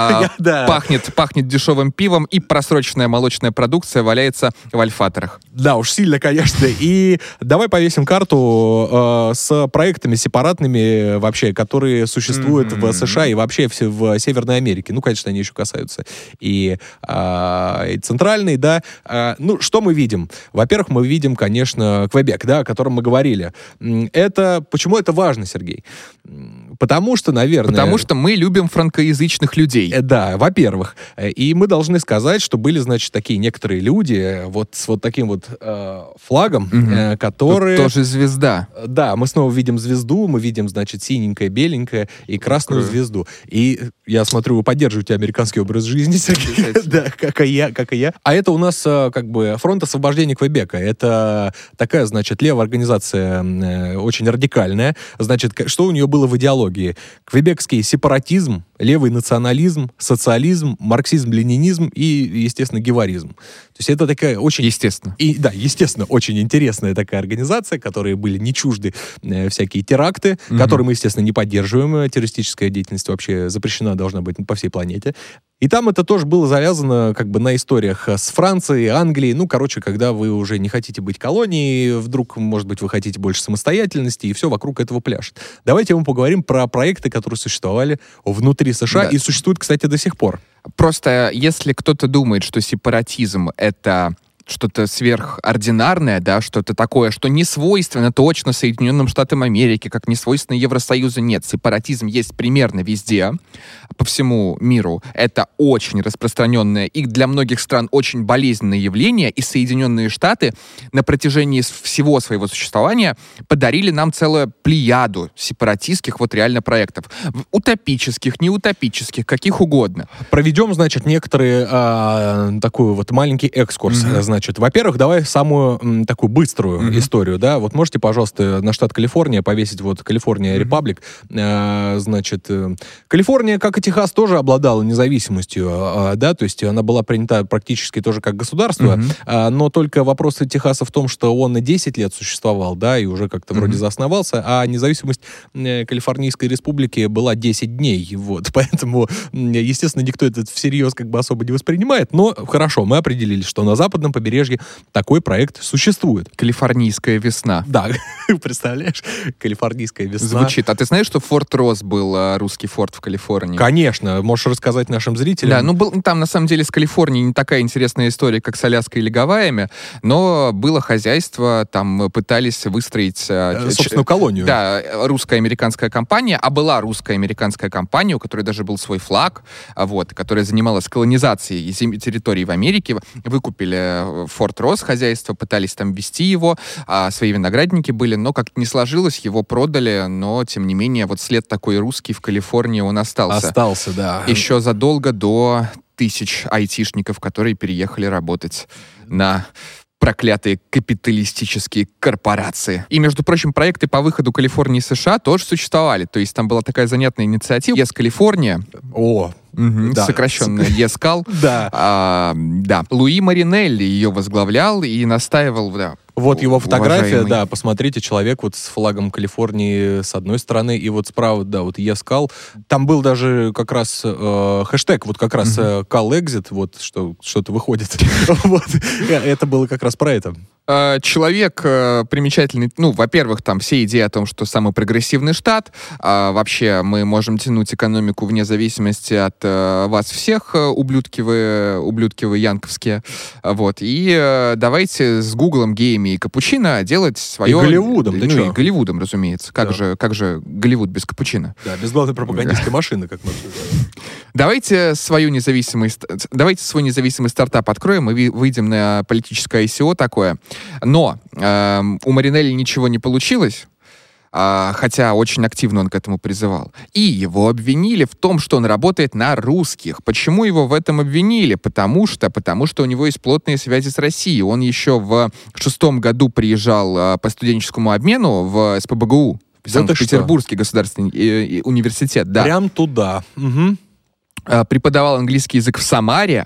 пахнет дешевым пивом, и просроченная молочная продукция валяется в альфаторах. Да уж, сильно, конечно. И давай повесим карту с проектами сепаратными вообще, которые существуют в США и вообще в Северной Америке. Конечно, они еще касаются и центральной, да. Что мы видим? Во-первых, мы видим, конечно, Квебек, да, о котором мы говорили. Почему это важно, Сергей? Потому что, наверное... Потому что мы любим франкоязычных людей. Да, во-первых. И мы должны сказать, что были, значит, такие некоторые люди вот с вот таким вот флагом, которые... Тут тоже звезда. Да, мы снова видим звезду, мы видим, значит, синенькое, беленькое и красную звезду. И я смотрю, вы поддерживаете американский образ жизни, Сергей. Да, как и я. А это у нас как бы фронт освобождения Квебека. Это такая, значит, левая организация, очень радикальная. Значит, что у нее было в идеологии? Квебекский сепаратизм, левый национализм, социализм, марксизм-ленинизм и, естественно, геваризм. То есть это такая очень... Естественно. Да, естественно, очень интересная такая организация, которые были не чужды всякие теракты, которые мы, естественно, не поддерживаем. Террористическая деятельность вообще запрещена должна быть по всей планете. И там это тоже было завязано как бы на историях с Францией, Англией. Ну, короче, когда вы уже не хотите быть колонией, вдруг, может быть, вы хотите больше самостоятельности, и все вокруг этого пляшет. Давайте мы поговорим про проекты, которые существовали внутри США и существуют, кстати, до сих пор. Просто если кто-то думает, что сепаратизм — это что-то сверхординарное, да, что-то такое, что не свойственно точно Соединенным Штатам Америки, как не свойственно Евросоюзу. Нет, сепаратизм есть примерно везде, по всему миру. Это очень распространенное и для многих стран очень болезненное явление, и Соединенные Штаты на протяжении всего своего существования подарили нам целую плеяду сепаратистских вот реально проектов. Утопических, неутопических, каких угодно. Проведем, значит, некоторые такой вот маленький экскурс. Значит, во-первых, давай самую такую быструю историю, да. Вот можете, пожалуйста, на штат Калифорния повесить вот Калифорния Репаблик. Значит, Калифорния, как и Техас, тоже обладала независимостью, да, то есть она была принята практически тоже как государство, но только вопрос Техаса в том, что он и 10 лет существовал, да, и уже как-то вроде заосновался, а независимость Калифорнийской республики была 10 дней, вот, поэтому, естественно, никто это всерьез как бы особо не воспринимает, но хорошо, мы определили, что на западном побережье такой проект существует. Калифорнийская весна. Да, представляешь? Калифорнийская весна. Звучит. А ты знаешь, что Форт Росс был русский форт в Калифорнии? Конечно. Можешь рассказать нашим зрителям? Да, ну там на самом деле с Калифорнией не такая интересная история, как с Аляской или Гавайями, но было хозяйство, там пытались выстроить... собственную колонию. Да, русско-американская компания, а была русско-американская компания, у которой даже был свой флаг, вот, которая занималась колонизацией территорий в Америке, выкупили Форт Росс хозяйство, пытались там вести его, свои виноградники были, но как-то не сложилось, его продали, но, тем не менее, вот след такой русский в Калифорнии он остался. Остался, да. Еще задолго до тысяч айтишников, которые переехали работать на проклятые капиталистические корпорации. И, между прочим, проекты по выходу Калифорнии из США тоже существовали. То есть там была такая занятная инициатива Yes Калифорния. Да. Сокращенная ЕСКАЛ. Да. Да. Луи Маринелли ее возглавлял и настаивал, да. Вот его фотография, уважаемый. да, посмотрите, человек вот с флагом Калифорнии с одной стороны, и вот справа, да, вот ескал. Там был даже как раз хэштег, вот как раз CalExit, вот что-то выходит. Это было как раз про это. Человек примечательный, ну, во-первых, там все идеи о том, что самый прогрессивный штат, вообще мы можем тянуть экономику вне зависимости от вас всех, ублюдки вы янковские, вот, и давайте с Гуглом, геями и капучино делать свое... И Голливудом, ну, и Голливудом, разумеется. Как же Голливуд без капучино? Да, без главной пропагандистской машины, как мы обсуждали. Давайте свой независимый стартап откроем и выйдем на политическое ICO такое. Но у Маринелли ничего не получилось, хотя очень активно он к этому призывал. И его обвинили в том, что он работает на русских. Почему его в этом обвинили? Потому что у него есть плотные связи с Россией. Он еще в 2006 году приезжал по студенческому обмену в СПбГУ, Санкт-Петербургский государственный университет. Да. Прям туда. Преподавал английский язык в Самаре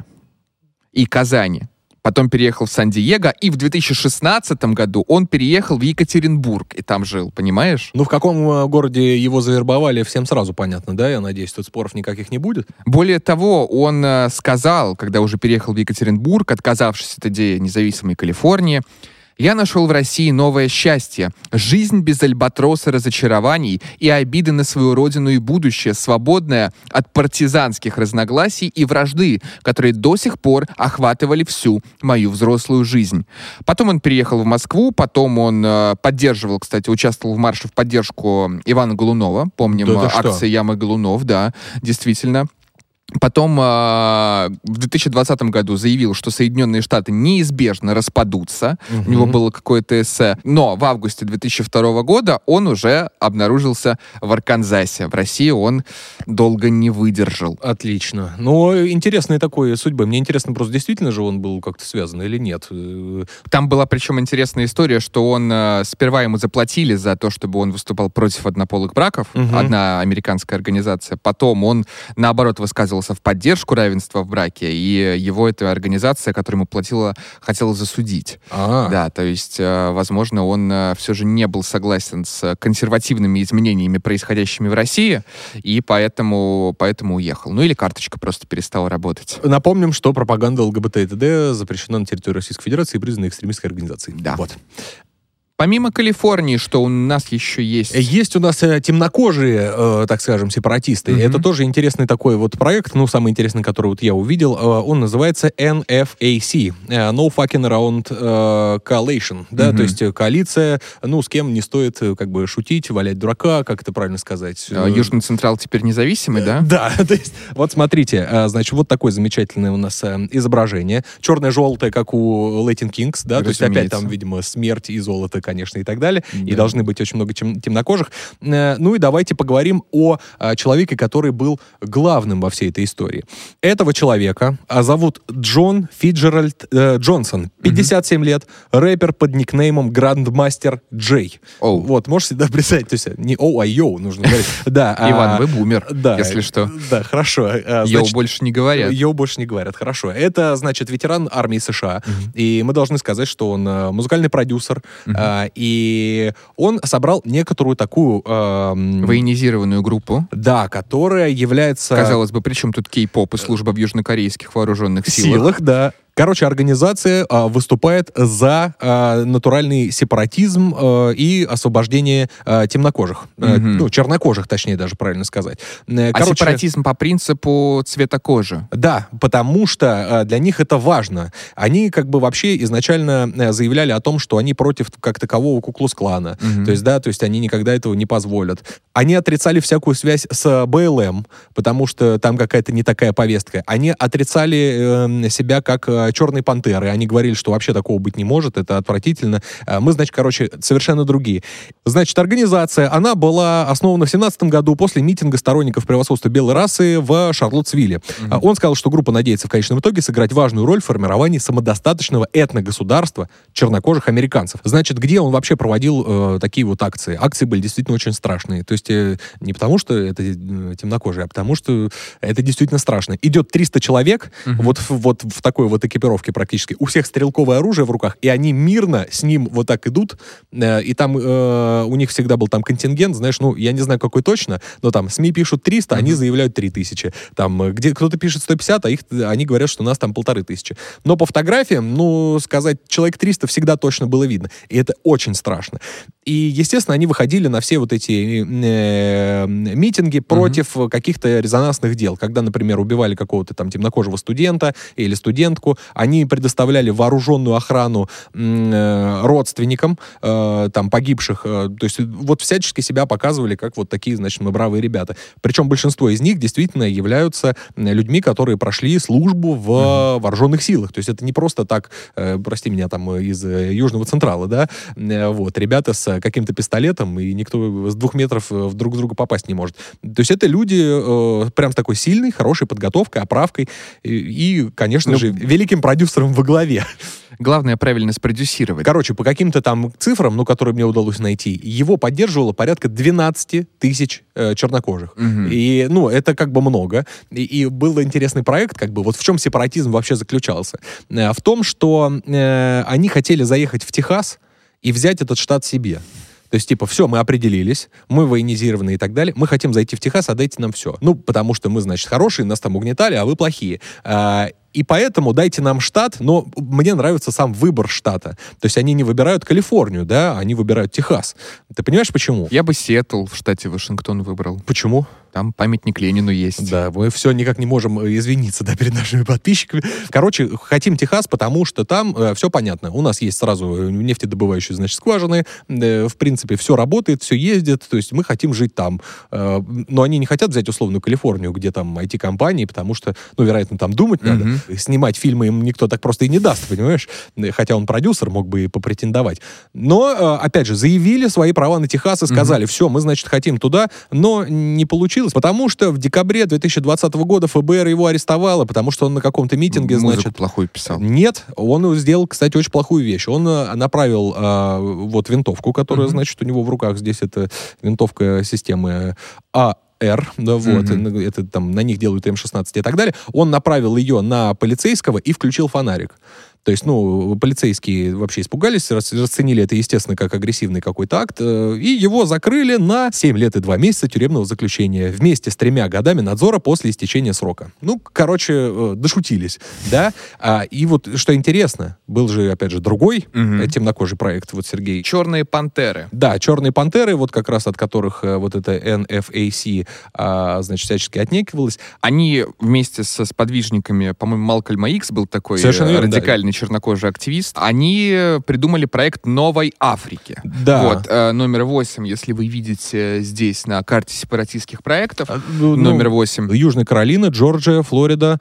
и Казани. Потом переехал в Сан-Диего, и в 2016 году он переехал в Екатеринбург, и там жил, понимаешь? Ну, в каком городе его завербовали, всем сразу понятно, да? Я надеюсь, тут споров никаких не будет. Более того, он сказал, когда уже переехал в Екатеринбург, отказавшись от идеи независимой Калифорнии, Я нашел в России новое счастье. Жизнь без альбатроса разочарований и обиды на свою родину и будущее, свободная от партизанских разногласий и вражды, которые до сих пор охватывали всю мою взрослую жизнь. Потом он переехал в Москву, потом он поддерживал, кстати, участвовал в марше в поддержку Ивана Голунова. Помним акция «Яма Голунов», да, действительно. Потом в 2020 году заявил, что Соединенные Штаты неизбежно распадутся. У него было какое-то эссе. Но в августе 2002 года он уже обнаружился в Арканзасе. В России он долго не выдержал. Отлично. Но интересная такая судьба. Мне интересно, просто действительно же он был как-то связан или нет? Там была причем интересная история, что он сперва ему заплатили за то, чтобы он выступал против однополых браков. Одна американская организация. Потом он, наоборот, высказывался в поддержку равенства в браке, и его эта организация, которая ему платила, хотела засудить. Да, то есть, возможно, он все же не был согласен с консервативными изменениями, происходящими в России, и поэтому уехал. Ну или карточка просто перестала работать. Напомним, что пропаганда ЛГБТ и т.д. запрещена на территории Российской Федерации и признана экстремистской организацией. Да. Вот. Помимо Калифорнии, что у нас еще есть? Есть у нас темнокожие, так скажем, сепаратисты. Это тоже интересный такой вот проект, ну, самый интересный, который вот я увидел. Он называется NFAC. No Fucking Around Coalition. Да, то есть коалиция, ну, с кем не стоит как бы шутить, валять дурака, как это правильно сказать. Южный Централ теперь независимый, да? Да, то есть, вот смотрите, значит, вот такое замечательное у нас изображение. Черное-желтое, как у Latin Kings, да, то есть опять там, видимо, смерть и золото, конечно, и так далее. Да. И должны быть очень много темнокожих. Ну и давайте поговорим о человеке, который был главным во всей этой истории. Этого человека зовут Джон Фиджеральд Джонсон. 57 лет. Рэпер под никнеймом Grandmaster J. Вот, можешь себе представить? То есть не оу, а йоу нужно говорить. Да. Иван, вы бумер, если что. Да, хорошо. Йоу больше не говорят. Йоу больше не говорят, хорошо. Это, значит, ветеран армии США. И мы должны сказать, что он музыкальный продюсер. И он собрал некоторую такую... военизированную группу. Да, которая является... Казалось бы, при чем тут кей-поп и служба в южнокорейских вооруженных силах? Да. Короче, организация выступает за натуральный сепаратизм и освобождение темнокожих. Ну, чернокожих, точнее даже правильно сказать. Короче, сепаратизм по принципу цвета кожи. Да, потому что для них это важно. Они как бы вообще изначально заявляли о том, что они против как такового Ку-клукс-клана. То есть, да, то есть они никогда этого не позволят. Они отрицали всякую связь с БЛМ, потому что там какая-то не такая повестка. Они отрицали себя как черные пантеры. Они говорили, что вообще такого быть не может, это отвратительно. Мы, значит, короче, совершенно другие. Значит, организация, она была основана в 17 году после митинга сторонников превосходства белой расы в Шарлоттсвилле. Он сказал, что группа надеется в конечном итоге сыграть важную роль в формировании самодостаточного этногосударства чернокожих американцев. Значит, где он вообще проводил такие вот акции? Акции были действительно очень страшные. То есть не потому, что это темнокожие, а потому, что это действительно страшно. Идет 300 человек, вот в такой вот экипировке практически. У всех стрелковое оружие в руках, и они мирно с ним вот так идут, и там у них всегда был там контингент, знаешь, ну, я не знаю, какой точно, но там СМИ пишут 300, они заявляют 3000. Там, где кто-то пишет 150, а они говорят, что у нас там 1500. Но по фотографиям, ну, сказать, человек 300 всегда точно было видно. И это очень страшно. И, естественно, они выходили на все вот эти митинги против каких-то резонансных дел. Когда, например, убивали какого-то там темнокожего студента или студентку, они предоставляли вооруженную охрану родственникам там погибших. То есть вот всячески себя показывали как вот такие, значит, мы бравые ребята. Причем большинство из них действительно являются людьми, которые прошли службу в вооруженных силах. То есть это не просто так, прости меня, там из Южного Централа, да, вот, ребята с каким-то пистолетом, и никто с 2 метров друг в друга попасть не может. То есть это люди прям с такой сильной, хорошей подготовкой, оправкой и конечно же, великим продюсером во главе. Главное правильно спродюсировать. Короче, по каким-то там цифрам, ну, которые мне удалось найти, его поддерживало порядка 12 тысяч чернокожих. И, ну, это как бы много. И был интересный проект, как бы, вот в чем сепаратизм вообще заключался. В том, что они хотели заехать в Техас и взять этот штат себе. То есть, типа, все, мы определились, мы военизированы и так далее, мы хотим зайти в Техас, отдайте нам все. Ну, потому что мы, значит, хорошие, нас там угнетали, а вы плохие. И поэтому дайте нам штат, но мне нравится сам выбор штата. То есть они не выбирают Калифорнию, да, они выбирают Техас. Ты понимаешь, почему? Я бы Сиэтл в штате Вашингтон выбрал. Почему? Там памятник Ленину есть. Да, мы все никак не можем извиниться, да, перед нашими подписчиками. Короче, хотим Техас, потому что там все понятно. У нас есть сразу нефтедобывающие, значит, скважины. В принципе, все работает, все ездит. То есть мы хотим жить там. Но они не хотят взять условную Калифорнию, где там IT-компании, потому что, ну, вероятно, там думать надо. Снимать фильмы им никто так просто и не даст, понимаешь? Хотя он продюсер, мог бы и попретендовать. Но, опять же, заявили свои права на Техас и сказали, все, мы, значит, хотим туда, но не получилось. Потому что в декабре 2020 года ФБР его арестовало, потому что он на каком-то митинге, музыку плохую писал. Нет, он сделал, кстати, очень плохую вещь. Он направил вот винтовку, которая, значит, у него в руках здесь это винтовка системы АР, да, вот, это там на них делают М16 и так далее. Он направил ее на полицейского и включил фонарик. То есть, ну, полицейские вообще испугались, расценили это, естественно, как агрессивный какой-то акт, и его закрыли на 7 лет и 2 месяца тюремного заключения вместе с 3 годами надзора после истечения срока. Ну, короче, дошутились, да? И вот, что интересно, был же, опять же, другой темнокожий проект, вот, Сергей. «Черные пантеры». Да, «Черные пантеры», вот как раз от которых вот это NFAC, значит, всячески отнекивалась. Они вместе со сподвижниками, по-моему, Малкольма Икс был такой радикальный чернокожий активист, они придумали проект Новой Африки. Да. Вот, номер 8, если вы видите здесь на карте сепаратистских проектов, номер 8. Южная Каролина, Джорджия, Флорида,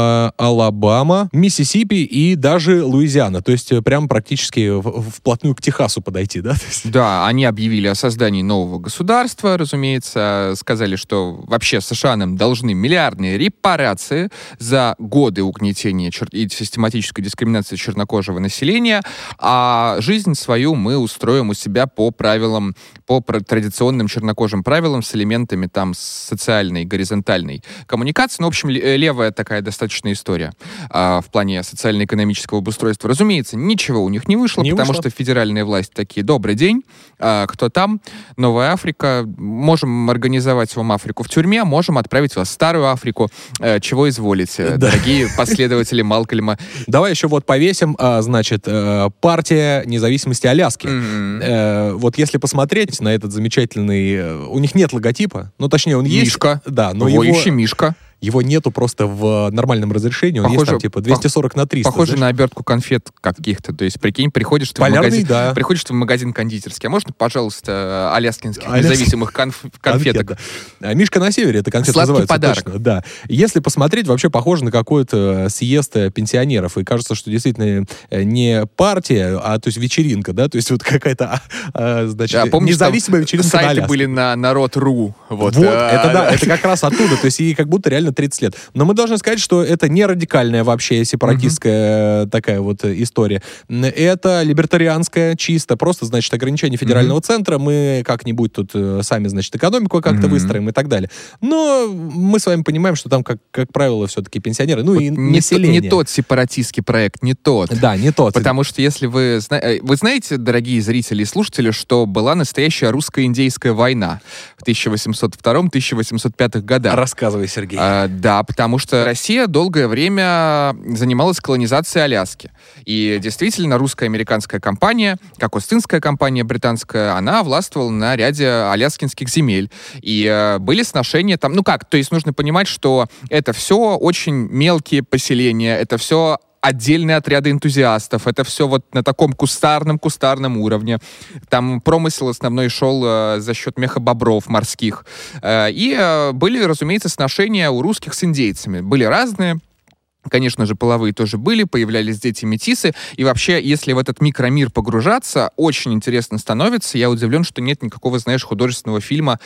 Алабама, Миссисипи и даже Луизиана. То есть прям практически вплотную к Техасу подойти, да? Да, они объявили о создании нового государства, разумеется, сказали, что вообще США нам должны миллиардные репарации за годы угнетения и систематической дискриминации чернокожего населения, а жизнь свою мы устроим у себя по правилам, по традиционным чернокожим правилам с элементами там социальной, горизонтальной коммуникации. Ну, в общем, левая такая достаточно история в плане социально-экономического обустройства. Разумеется, ничего у них не вышло, потому что федеральные власти такие: добрый день, кто там? Новая Африка. Можем организовать вам Африку в тюрьме, можем отправить вас в Старую Африку. Чего изволите, дорогие последователи Малкольма. Давай еще вот повесим, значит, партия независимости Аляски. Вот если посмотреть на этот замечательный... У них нет логотипа, ну, точнее, он есть. Мишка. Да, но ищи Мишка. Его нету просто в нормальном разрешении. Он есть там типа 240 на 300. Похоже на обертку конфет каких-то. То есть, прикинь, приходишь ты в магазин кондитерский. А можно, пожалуйста, аляскинских независимых конфеток? Мишка на севере, это конфеты называются. Подарок. Точно, да. Если посмотреть, вообще похоже на какой-то съезд пенсионеров. И кажется, что действительно не партия, а то есть вечеринка, да? То есть вот какая-то, значит, независимая вечеринка на Аляске. Сайты были на народ.ру. Вот, это да, это как раз оттуда. То есть и как будто реально 30 лет. Но мы должны сказать, что это не радикальная вообще сепаратистская такая вот история. Это либертарианская чисто. Просто, значит, ограничение федерального центра. Мы как-нибудь тут сами, значит, экономику как-то выстроим и так далее. Но мы с вами понимаем, что там, как правило, все-таки пенсионеры, ну вот и население. Не тот сепаратистский проект, не тот. Да, не тот. Потому что если вы знаете, дорогие зрители и слушатели, что была настоящая русско-индейская война в 1802-1805 годах. Рассказывай, Сергей. Да, потому что Россия долгое время занималась колонизацией Аляски. И действительно, русско-американская компания, как Остинская компания британская, она властвовала на ряде аляскинских земель. И были сношения там... Ну как, то есть нужно понимать, что это все очень мелкие поселения, это все отдельные отряды энтузиастов. Это все вот на таком кустарном уровне. Там промысел основной шел за счет мехобобров морских. И были, разумеется, сношения у русских с индейцами. Были разные. Конечно же, половые тоже были, появлялись дети-метисы. И вообще, если в этот микромир погружаться, очень интересно становится. Я удивлен, что нет никакого, знаешь, художественного фильма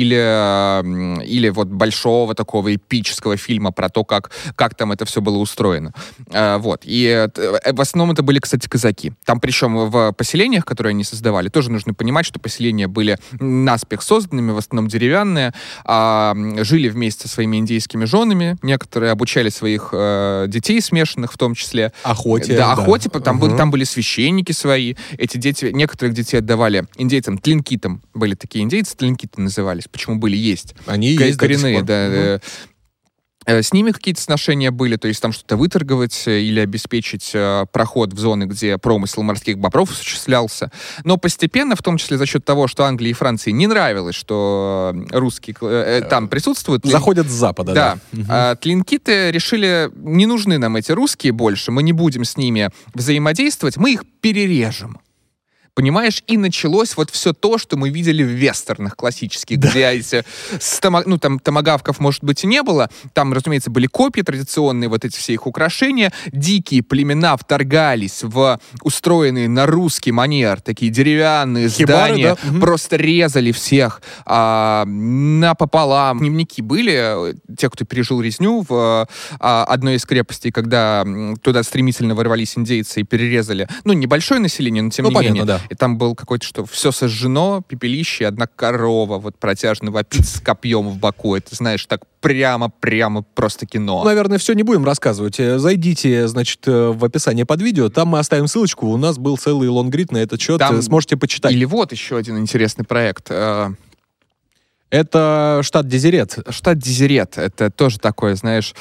или вот большого такого эпического фильма про то, как там это все было устроено. Вот. И в основном это были, кстати, казаки. Там причем в поселениях, которые они создавали, тоже нужно понимать, что поселения были наспех созданными, в основном деревянные, жили вместе со своими индейскими женами, некоторые обучали своих детей смешанных в том числе. Охоте. Да, охоте. Там были священники свои. Эти дети, некоторых детей отдавали индейцам, тлинкитам. Были такие индейцы, тлинкиты назывались. Почему были? Есть. Они есть коренные, да. с ними какие-то сношения были, то есть там что-то выторговать или обеспечить проход в зоны, где промысел морских бобров осуществлялся. Но постепенно, в том числе за счет того, что Англии и Франции не нравилось, что русские там присутствуют... Заходят с запада, да. Да. Тлинкиты решили, не нужны нам эти русские больше, мы не будем с ними взаимодействовать, мы их перережем. Понимаешь, и началось вот все то, что мы видели в вестернах классических, да. Где эти... там томагавков, может быть, и не было. Там, разумеется, были копья традиционные, вот эти все их украшения. Дикие племена вторгались в устроенные на русский манер такие деревянные хибары, здания. Да? Просто резали всех напополам. Дневники были. Те, кто пережил резню в одной из крепостей, когда туда стремительно ворвались индейцы и перерезали. Небольшое население, но тем не менее. Да. И там был какой-то, что все сожжено, пепелище, одна корова вот протяжно вопит с копьем в боку. Это, знаешь, так прямо просто кино. Наверное, все не будем рассказывать. Зайдите, значит, в описание под видео. Там мы оставим ссылочку. У нас был целый лонгрид на этот счет. Там... Сможете почитать. Или вот еще один интересный проект. Это штат Дезерет. Штат Дезерет. Это тоже такое, знаешь...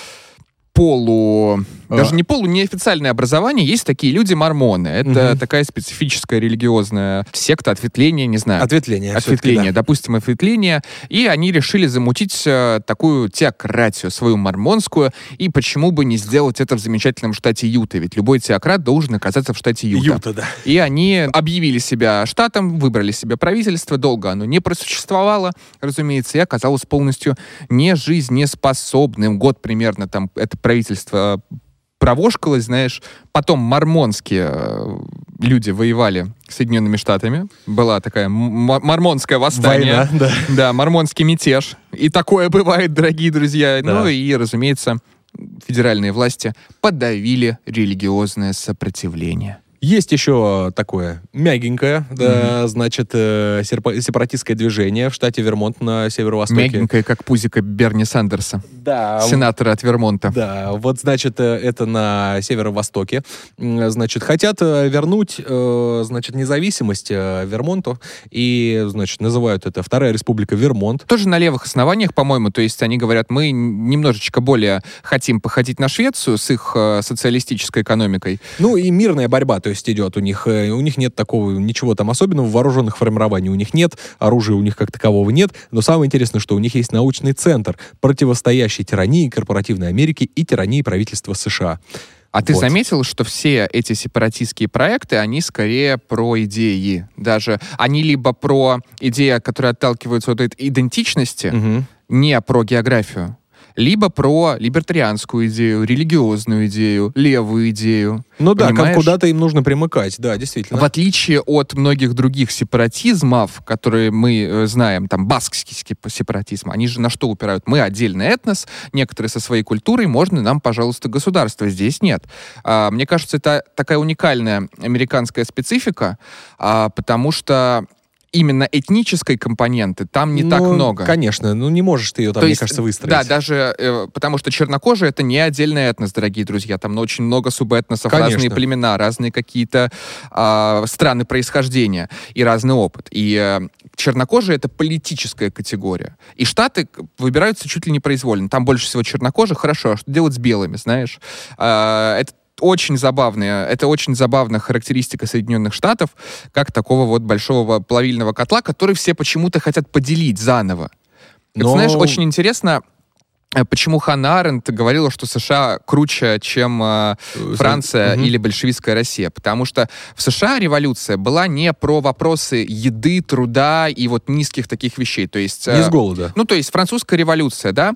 даже не неофициальное образование, есть такие люди-мормоны. Это такая специфическая религиозная секта, ответвление, не знаю. Ответвление, да. Допустим, ответвление. И они решили замутить такую теократию, свою мормонскую, и почему бы не сделать это в замечательном штате Юта, ведь любой теократ должен оказаться в штате Юта. Да. И они объявили себя штатом, выбрали себе правительство, долго оно не просуществовало, разумеется, и оказалось полностью нежизнеспособным. Год примерно там это правительство провошкалось, знаешь. Потом мормонские люди воевали с Соединенными Штатами. Была такая мормонское восстание. Война, да. Да, мормонский мятеж. И такое бывает, дорогие друзья. Да. И, разумеется, федеральные власти подавили религиозное сопротивление. Есть еще такое мягенькое, да, значит, сепаратистское движение в штате Вермонт на северо-востоке. Мягенькое, как пузико Берни Сандерса, да, сенатора от Вермонта. Да, вот, значит, это на северо-востоке. Значит, хотят вернуть, значит, независимость Вермонту, и, значит, называют это Вторая Республика Вермонт. Тоже на левых основаниях, по-моему, то есть они говорят, мы немножечко более хотим походить на Швецию с их социалистической экономикой. И мирная борьба, то есть идет у них нет такого, ничего там особенного, вооруженных формирований у них нет, оружия у них как такового нет, но самое интересное, что у них есть научный центр, противостоящий тирании корпоративной Америки и тирании правительства США. А ты заметил, что все эти сепаратистские проекты, они скорее про идеи. Даже они либо про идеи, которые отталкиваются от этой идентичности, не про географию, либо про либертарианскую идею, религиозную идею, левую идею. Да, как куда-то им нужно примыкать, да, действительно. В отличие от многих других сепаратизмов, которые мы знаем, там, баскский сепаратизм, они же на что упирают? Мы отдельный этнос, некоторые со своей культурой, можно нам, пожалуйста, государство. Здесь нет. Мне кажется, это такая уникальная американская специфика, потому что именно этнической компоненты там не так много. Конечно, не можешь ты ее там, мне кажется, выстроить. Да, даже потому что чернокожие — это не отдельный этнос, дорогие друзья. Там очень много субэтносов, конечно. Разные племена, разные какие-то страны происхождения и разный опыт. И чернокожие — это политическая категория. И штаты выбираются чуть ли не произвольно. Там больше всего чернокожих. Хорошо, а что делать с белыми, знаешь? Это очень забавная характеристика Соединенных Штатов, как такого вот большого плавильного котла, который все почему-то хотят поделить заново. Знаешь, очень интересно, почему Ханна Аренд говорила, что США круче, чем Франция или большевистская Россия. Потому что в США революция была не про вопросы еды, труда и вот низких таких вещей. То есть, не с голода. То есть французская революция, да,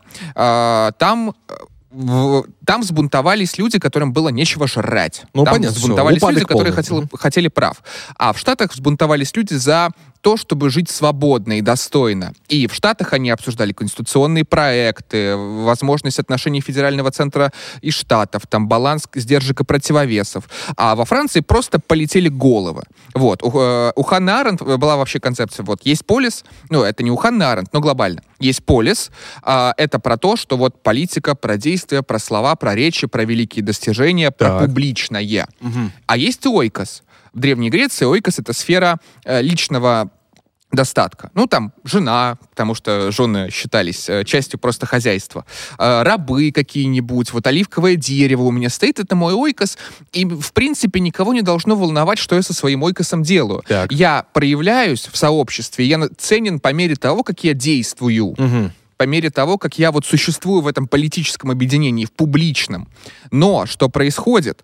там взбунтовались люди, которым было нечего жрать. Там понятно, взбунтовались люди, которые хотели прав. А в Штатах взбунтовались люди за то, чтобы жить свободно и достойно. И в Штатах они обсуждали конституционные проекты, возможность отношений федерального центра и штатов, там баланс сдержек и противовесов. А во Франции просто полетели головы. Вот. У Ханны Аренд была вообще концепция, вот, есть полис, это не у Ханны Аренд, но глобально. Есть полис, это про то, что вот политика, про действия, про слова, про речи, про великие достижения, про публичное. А есть ойкос. В Древней Греции ойкос — это сфера личного достатка. Ну, там, жена, потому что жены считались частью просто хозяйства. Рабы какие-нибудь, вот оливковое дерево у меня стоит, это мой ойкос, и, в принципе, никого не должно волновать, что я со своим ойкосом делаю. Так. Я проявляюсь в сообществе, я ценен по мере того, как я действую. Угу. По мере того, как я вот существую в этом политическом объединении, в публичном. Но что происходит?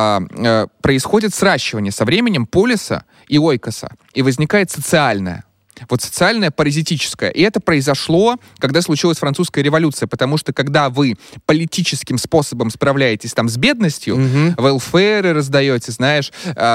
Происходит сращивание со временем полиса и ойкоса, и возникает социальное. Вот социальное, паразитическое. И это произошло, когда случилась французская революция, потому что когда вы политическим способом справляетесь там с бедностью, велферы раздаете, знаешь,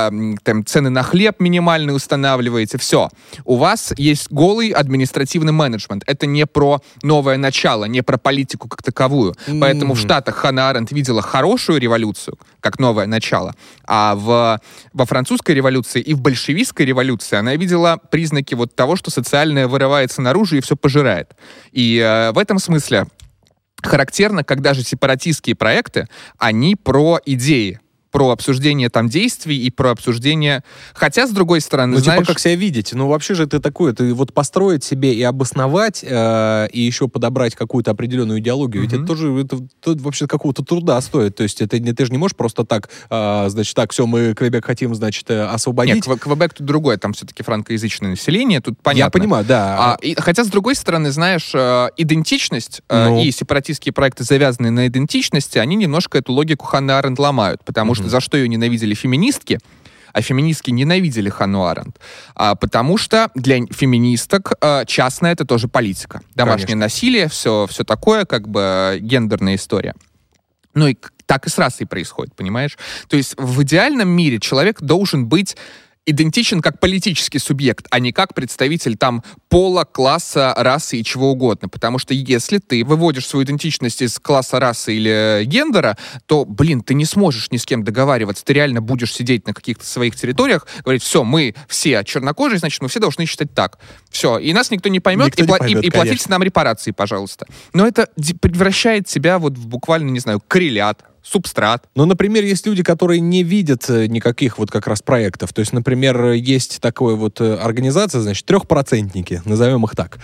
там цены на хлеб минимальные устанавливаете, все. У вас есть голый административный менеджмент. Это не про новое начало, не про политику как таковую. Поэтому в Штатах Ханна Аренд видела хорошую революцию, как новое начало, а во французской революции и в большевистской революции она видела признаки вот того, что социальное вырывается наружу и все пожирает. И в этом смысле характерно, как даже сепаратистские проекты, они про идеи, про обсуждение там действий и про обсуждение... Хотя, с другой стороны, знаешь... типа, как себя видите. Ну, вообще же это такое, ты вот построить себе и обосновать, и еще подобрать какую-то определенную идеологию, ведь это тоже это вообще какого-то труда стоит. То есть ты же не можешь просто так, значит, так, все, мы Квебек хотим, значит, освободить. Нет, Квебек тут другое, там все-таки франкоязычное население, тут понятно. Я понимаю, да. Хотя, с другой стороны, знаешь, идентичность и сепаратистские проекты, завязанные на идентичности, они немножко эту логику Ханны Аренд ломают, потому что за что ее ненавидели феминистки, а феминистки ненавидели Ханну Аренд, потому что для феминисток частное — это тоже политика. Домашнее насилие, все такое, как бы гендерная история. Ну и так и с расой происходит, понимаешь? То есть в идеальном мире человек должен быть идентичен как политический субъект, а не как представитель там пола, класса, расы и чего угодно. Потому что если ты выводишь свою идентичность из класса, расы или гендера, то, ты не сможешь ни с кем договариваться. Ты реально будешь сидеть на каких-то своих территориях, говорить, все, мы все чернокожие, значит, мы все должны считать так. Все, и нас никто не поймет, и платите нам репарации, пожалуйста. Но это превращает себя вот в буквально, не знаю, коррелят, субстрат. Ну, например, есть люди, которые не видят никаких вот как раз проектов. То есть, например, есть такая вот организация, значит, 3%, назовем их так.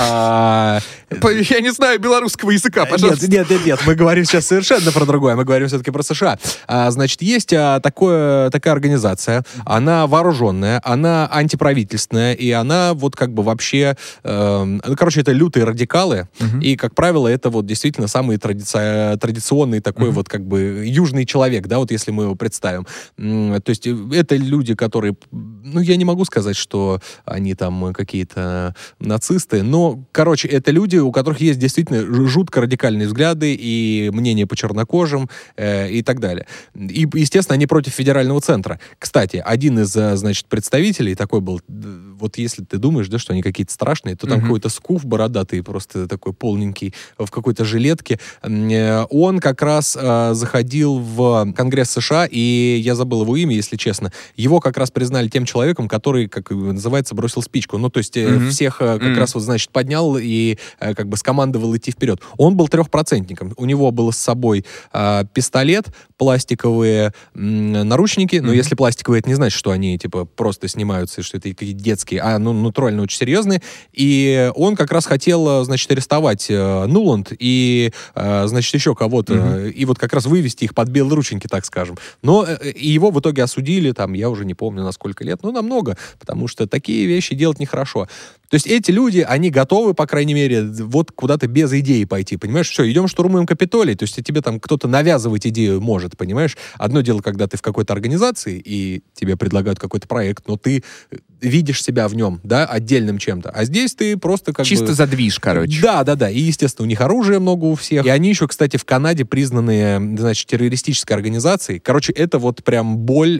Я не знаю белорусского языка, пожалуйста. Нет, мы говорим сейчас совершенно про другое, мы говорим все-таки про США. Значит, есть такая организация, она вооруженная, она антиправительственная, и она вот как бы вообще... короче, это лютые радикалы, и, как правило, это вот действительно самый традиционный такой вот как бы южный человек, да, вот если мы его представим. То есть это люди, которые, я не могу сказать, что они там какие-то нацисты, но, короче, это люди, у которых есть действительно жутко радикальные взгляды и мнения по чернокожим и так далее. И, естественно, они против федерального центра. Кстати, один из, значит, представителей такой был, вот если ты думаешь, да, что они какие-то страшные, то там какой-то скуф бородатый, просто такой полненький, в какой-то жилетке. Он как раз заходил в Конгресс США, и я забыл его имя, если честно. Его как раз признали тем человеком, который, как называется, бросил спичку. Ну, то есть всех как раз вот, значит, поднял и как бы скомандовал идти вперед. Он был 3%. У него был с собой пистолет, пластиковые наручники. Но если пластиковые, это не значит, что они типа просто снимаются, что это какие-то детские, а натурально очень серьезные. И он как раз хотел, значит, арестовать Нуланд и, значит, еще кого-то. И вот как раз вывести их под белые рученьки, так скажем. Но и его в итоге осудили, там, я уже не помню, на сколько лет, намного, потому что такие вещи делать нехорошо. То есть эти люди, они готовы, по крайней мере, вот куда-то без идеи пойти, понимаешь? Все, идем штурмуем Капитолий, то есть тебе там кто-то навязывать идею может, понимаешь? Одно дело, когда ты в какой-то организации, и тебе предлагают какой-то проект, но ты видишь себя в нем, да, отдельным чем-то. А здесь ты просто как чисто задвиж, короче. Да. И, естественно, у них оружия много у всех. И они еще, кстати, в Канаде признанные, значит, террористической организацией. Короче, это вот прям боль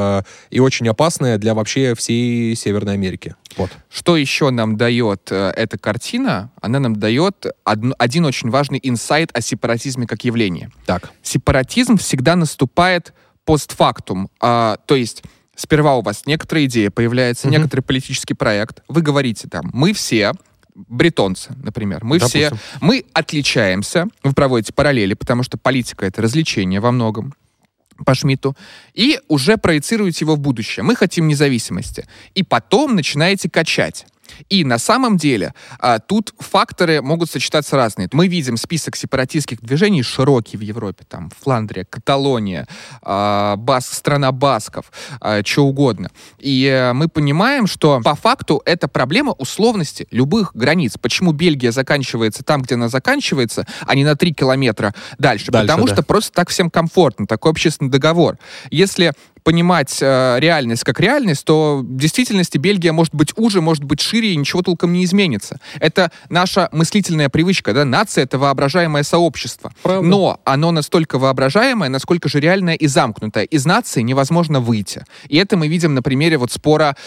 и очень опасная для вообще всей Северной Америки. Вот. Что еще нам дает эта картина? Она нам дает один очень важный инсайт о сепаратизме как явлении. Так. Сепаратизм всегда наступает постфактум. То есть сперва у вас некоторая идея, появляется некоторый политический проект. Вы говорите там, мы все бретонцы, например. Мы отличаемся. Вы проводите параллели, потому что политика — это развлечение во многом по Шмидту, и уже проецируете его в будущее. Мы хотим независимости. И потом начинаете качать. И на самом деле тут факторы могут сочетаться разные. Мы видим список сепаратистских движений широкий в Европе, там Фландрия, Каталония, страна басков, что угодно. И мы понимаем, что по факту это проблема условности любых границ. Почему Бельгия заканчивается там, где она заканчивается, а не на 3 километра дальше? Потому что просто так всем комфортно, такой общественный договор. Если понимать реальность как реальность, то в действительности Бельгия может быть уже, может быть шире, и ничего толком не изменится. Это наша мыслительная привычка, да? Нация — это воображаемое сообщество. Правда. Но оно настолько воображаемое, насколько же реальное и замкнутое. Из нации невозможно выйти. И это мы видим на примере вот спора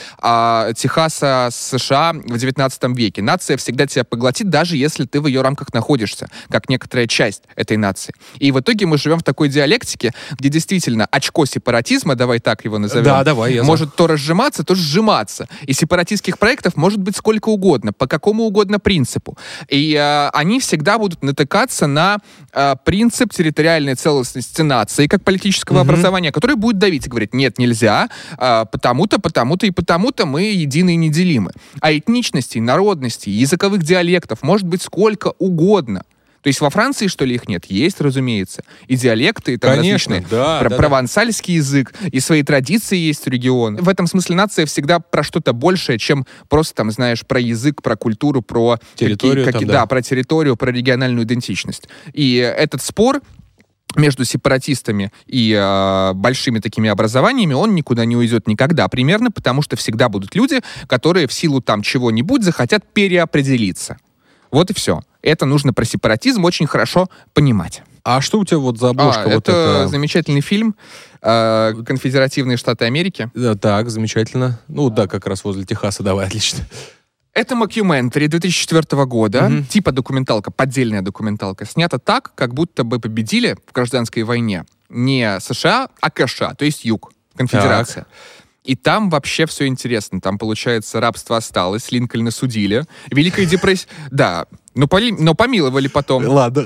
Техаса с США в 19 веке. Нация всегда тебя поглотит, даже если ты в ее рамках находишься, как некоторая часть этой нации. И в итоге мы живем в такой диалектике, где действительно очко сепаратизма, давай так его назовем, да, давай, может то разжиматься, то сжиматься. И сепаратистских проектов может быть сколько угодно, по какому угодно принципу. И они всегда будут натыкаться на принцип территориальной целостности нации как политического образования, который будет давить и говорить: нет, нельзя, потому-то, потому-то и потому-то мы едины и неделимы. А этничностей, народностей, языковых диалектов может быть сколько угодно. То есть во Франции, что ли, их нет? Есть, разумеется. И диалекты, и там различные. Провансальский язык, и свои традиции есть у региона. В этом смысле нация всегда про что-то большее, чем просто, там, знаешь, про язык, про культуру, про территорию, про территорию, про региональную идентичность. И этот спор между сепаратистами и большими такими образованиями, он никуда не уйдет никогда примерно, потому что всегда будут люди, которые в силу там чего-нибудь захотят переопределиться. Вот и все. Это нужно про сепаратизм очень хорошо понимать. А что у тебя вот за обложка? Это замечательный фильм «Конфедеративные Штаты Америки». Да, так, замечательно. Ну да, как раз возле Техаса, давай, отлично. Это мокюментари 2004 года, типа документалка, поддельная документалка, снята так, как будто бы победили в гражданской войне не США, а КША, то есть Юг, конфедерация. Так. И там вообще все интересно. Там, получается, рабство осталось, Линкольна судили. Великая депрессия... Да, но помиловали потом. Ладно,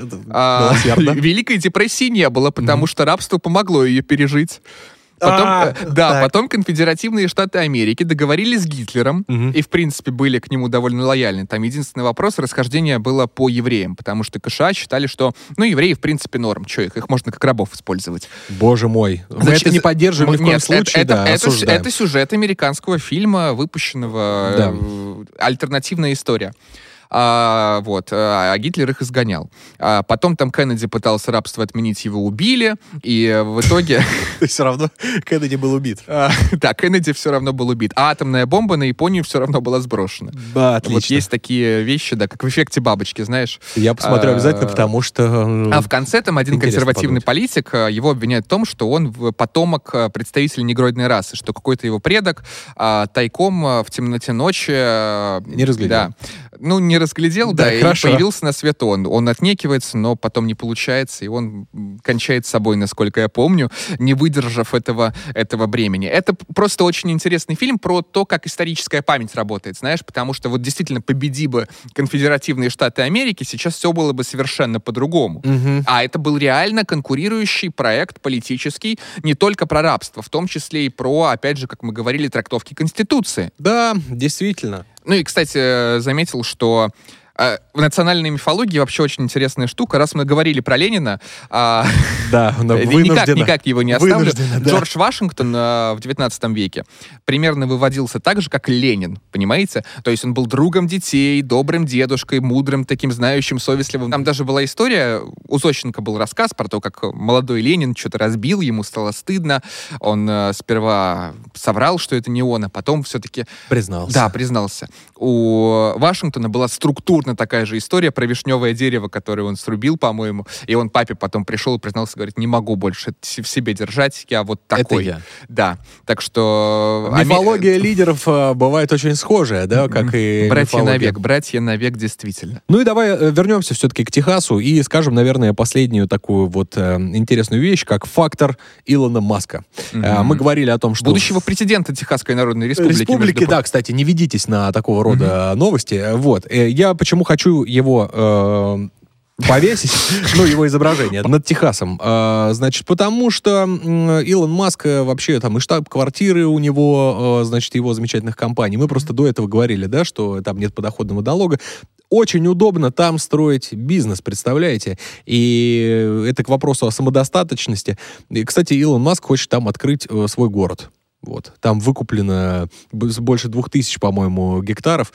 Великой депрессии не было, потому что рабство помогло ее пережить. Потом конфедеративные Штаты Америки договорились с Гитлером и, в принципе, были к нему довольно лояльны. Там единственный вопрос — расхождение было по евреям, потому что КША считали, что, евреи, в принципе, норм. Что их можно как рабов использовать. Боже мой. Мы это не поддерживаем ни в коем случае, осуждаем. Это сюжет американского фильма, выпущенного «Альтернативная история». А Гитлер их изгонял. Потом там Кеннеди пытался рабство отменить, его убили, и в итоге... То есть все равно Кеннеди был убит. Да, Кеннеди все равно был убит. А атомная бомба на Японию все равно была сброшена. Да, отлично. Вот есть такие вещи, да, как в эффекте бабочки, знаешь. Я посмотрю обязательно, потому что... А в конце там один консервативный политик, его обвиняют в том, что он потомок представителя негроидной расы, что какой-то его предок тайком в темноте ночи... Не разглядел. Да. Не разглядел, и появился на свет он. Он отнекивается, но потом не получается, и он кончает с собой, насколько я помню, не выдержав этого бремени. Это просто очень интересный фильм про то, как историческая память работает, знаешь, потому что вот действительно победи бы конфедеративные Штаты Америки, сейчас все было бы совершенно по-другому. А это был реально конкурирующий проект политический, не только про рабство, в том числе и про, опять же, как мы говорили, трактовки Конституции. Да, действительно. И, кстати, заметил, что в национальной мифологии вообще очень интересная штука. Раз мы говорили про Ленина, никак его не оставлю. Джордж Вашингтон в 19 веке примерно выводился так же, как Ленин, понимаете? То есть он был другом детей, добрым дедушкой, мудрым, таким знающим, совестливым. Там даже была история, у Зощенко был рассказ про то, как молодой Ленин что-то разбил, ему стало стыдно. Он сперва соврал, что это не он, а потом все-таки... Признался. Да, признался. У Вашингтона была структурная такая же история про вишневое дерево, которое он срубил, по-моему, и он папе потом пришел и признался, говорит: не могу больше это в себе держать, я вот такой. Это я. Да, так что... Мифология лидеров бывает очень схожая, да, как и братья навек, действительно. Ну и давай вернемся все-таки к Техасу и скажем, наверное, последнюю такую вот интересную вещь, как фактор Илона Маска. Мы говорили о том, что... Будущего президента Техасской Народной Республики. Да, кстати, не ведитесь на такого рода новости. Вот. Я почему хочу его повесить, его изображение над Техасом. Значит, потому что Илон Маск вообще там и штаб-квартиры у него, значит, его замечательных компаний. Мы просто до этого говорили, да, что там нет подоходного налога. Очень удобно там строить бизнес, представляете? И это к вопросу о самодостаточности. И, кстати, Илон Маск хочет там открыть свой город. Вот. Там выкуплено больше 2000, по-моему, гектаров.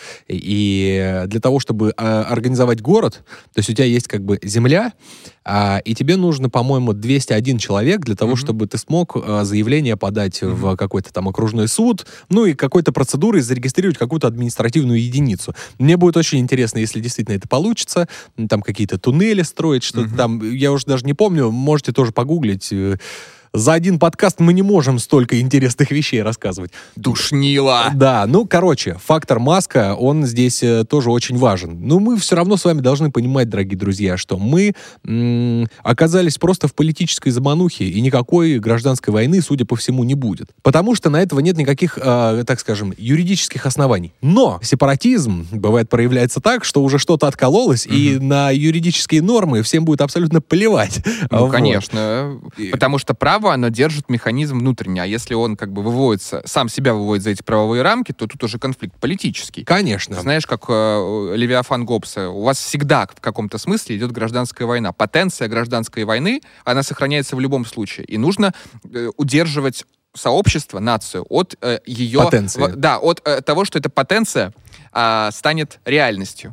И для того, чтобы организовать город, то есть у тебя есть как бы земля, и тебе нужно, по-моему, 201 человек для того, чтобы ты смог заявление подать в какой-то там окружной суд, и какой-то процедурой зарегистрировать какую-то административную единицу. Мне будет очень интересно, если действительно это получится, там какие-то туннели строить, что-то там, я уже даже не помню, можете тоже погуглить. За один подкаст мы не можем столько интересных вещей рассказывать. Душнило! Да, фактор Маска, он здесь тоже очень важен. Но мы все равно с вами должны понимать, дорогие друзья, что мы оказались просто в политической заманухе, и никакой гражданской войны, судя по всему, не будет. Потому что на этого нет никаких, так скажем, юридических оснований. Но сепаратизм, бывает, проявляется так, что уже что-то откололось, и на юридические нормы всем будет абсолютно плевать. Конечно. Потому что право, оно держит механизм внутренний, а если он как бы сам себя выводит за эти правовые рамки, то тут уже конфликт политический. Конечно. Знаешь, как Левиафан Гоббса, у вас всегда в каком-то смысле идет гражданская война. Потенция гражданской войны, она сохраняется в любом случае. И нужно удерживать сообщество, нацию от ее... Потенции. Да, от того, что эта потенция станет реальностью.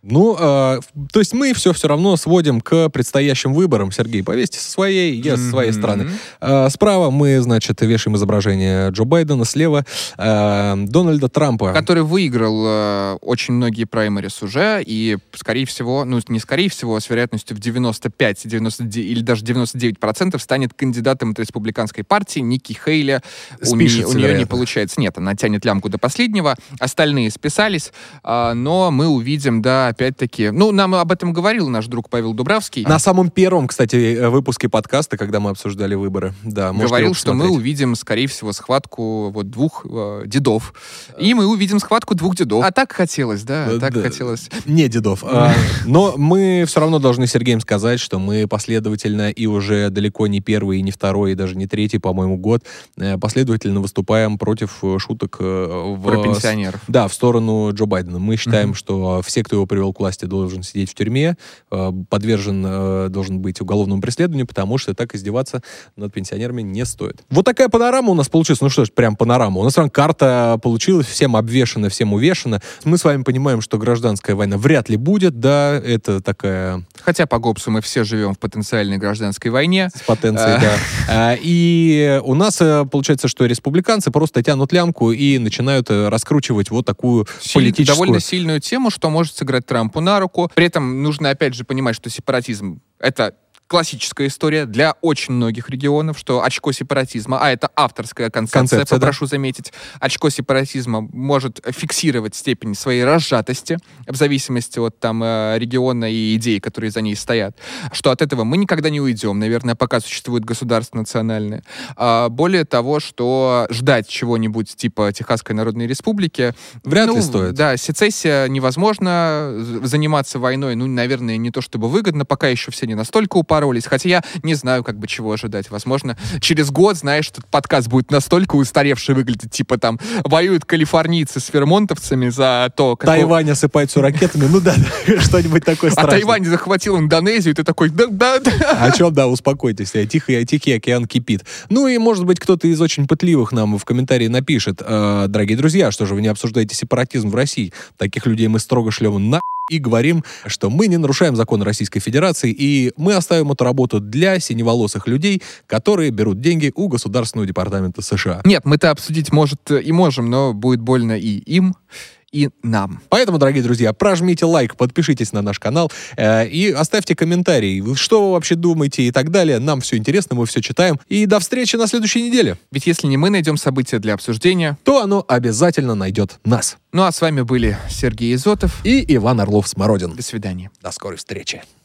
То есть мы все равно сводим к предстоящим выборам. Сергей, повесьте со своей, я со своей стороны. Справа мы, значит, вешаем изображение Джо Байдена, слева Дональда Трампа. Который выиграл очень многие праймерис уже, и, скорее всего, не скорее всего, а с вероятностью в 95, 90 или даже 99% станет кандидатом от республиканской партии. Ники Хейли. У нее не получается. Нет, она тянет лямку до последнего. Остальные списались, но мы увидим, да, опять-таки... нам об этом говорил наш друг Павел Дубравский. На самом первом, кстати, выпуске подкаста, когда мы обсуждали выборы. Да, говорил, что мы увидим, скорее всего, схватку двух дедов. И мы увидим схватку двух дедов. А так хотелось, да? Хотелось. Не дедов. Но мы все равно должны Сергеем сказать, что мы последовательно и уже далеко не первый, и не второй, и даже не третий, по-моему, год последовательно выступаем против шуток про пенсионеров. Да, в сторону Джо Байдена. Мы считаем, что все, кто его привел к власти, должен сидеть в тюрьме, подвержен должен быть уголовному преследованию, потому что так издеваться над пенсионерами не стоит. Вот такая панорама у нас получилась. Прям панорама. У нас прям карта получилась, всем обвешана, всем увешана. Мы с вами понимаем, что гражданская война вряд ли будет, да, это такая... Хотя по Гоббсу мы все живем в потенциальной гражданской войне. С потенцией, да. И у нас получается, что республиканцы просто тянут лямку и начинают раскручивать вот такую политическую... Довольно сильную тему, что может сыграть Трампу на руку. При этом нужно, опять же, понимать, что сепаратизм — это классическая история для очень многих регионов, что очко сепаратизма, это авторская концепция, попрошу заметить, очко сепаратизма может фиксировать степень своей разжатости в зависимости от региона и идей, которые за ней стоят, что от этого мы никогда не уйдем, наверное, пока существует государство национальное. Более того, что ждать чего-нибудь типа Техасской Народной Республики вряд ли стоит. Да, сецессия невозможно, заниматься войной, наверное, не то чтобы выгодно, пока еще все не настолько упоролись. Хотя я не знаю, чего ожидать. Возможно, через год, знаешь, этот подкаст будет настолько устаревший выглядеть, типа там воюют калифорнийцы с вермонтовцами за то, как... Тайвань осыпает все ракетами, что-нибудь такое страшное. А Тайвань захватил Индонезию, и ты такой, да. О чем, да, успокойтесь, Тихий океан кипит. И, может быть, кто-то из очень пытливых нам в комментарии напишет: дорогие друзья, что же вы не обсуждаете сепаратизм в России? Таких людей мы строго шлем на... и говорим, что мы не нарушаем законы Российской Федерации, и мы оставим эту работу для синеволосых людей, которые берут деньги у Государственного департамента США. Нет, мы-то обсудить, может, и можем, но будет больно и им, и нам. Поэтому, дорогие друзья, прожмите лайк, подпишитесь на наш канал и оставьте комментарий, что вы вообще думаете и так далее. Нам все интересно, мы все читаем. И до встречи на следующей неделе. Ведь если не мы найдем события для обсуждения, то оно обязательно найдет нас. А с вами были Сергей Изотов и Иван Орлов-Смородин. До свидания. До скорой встречи.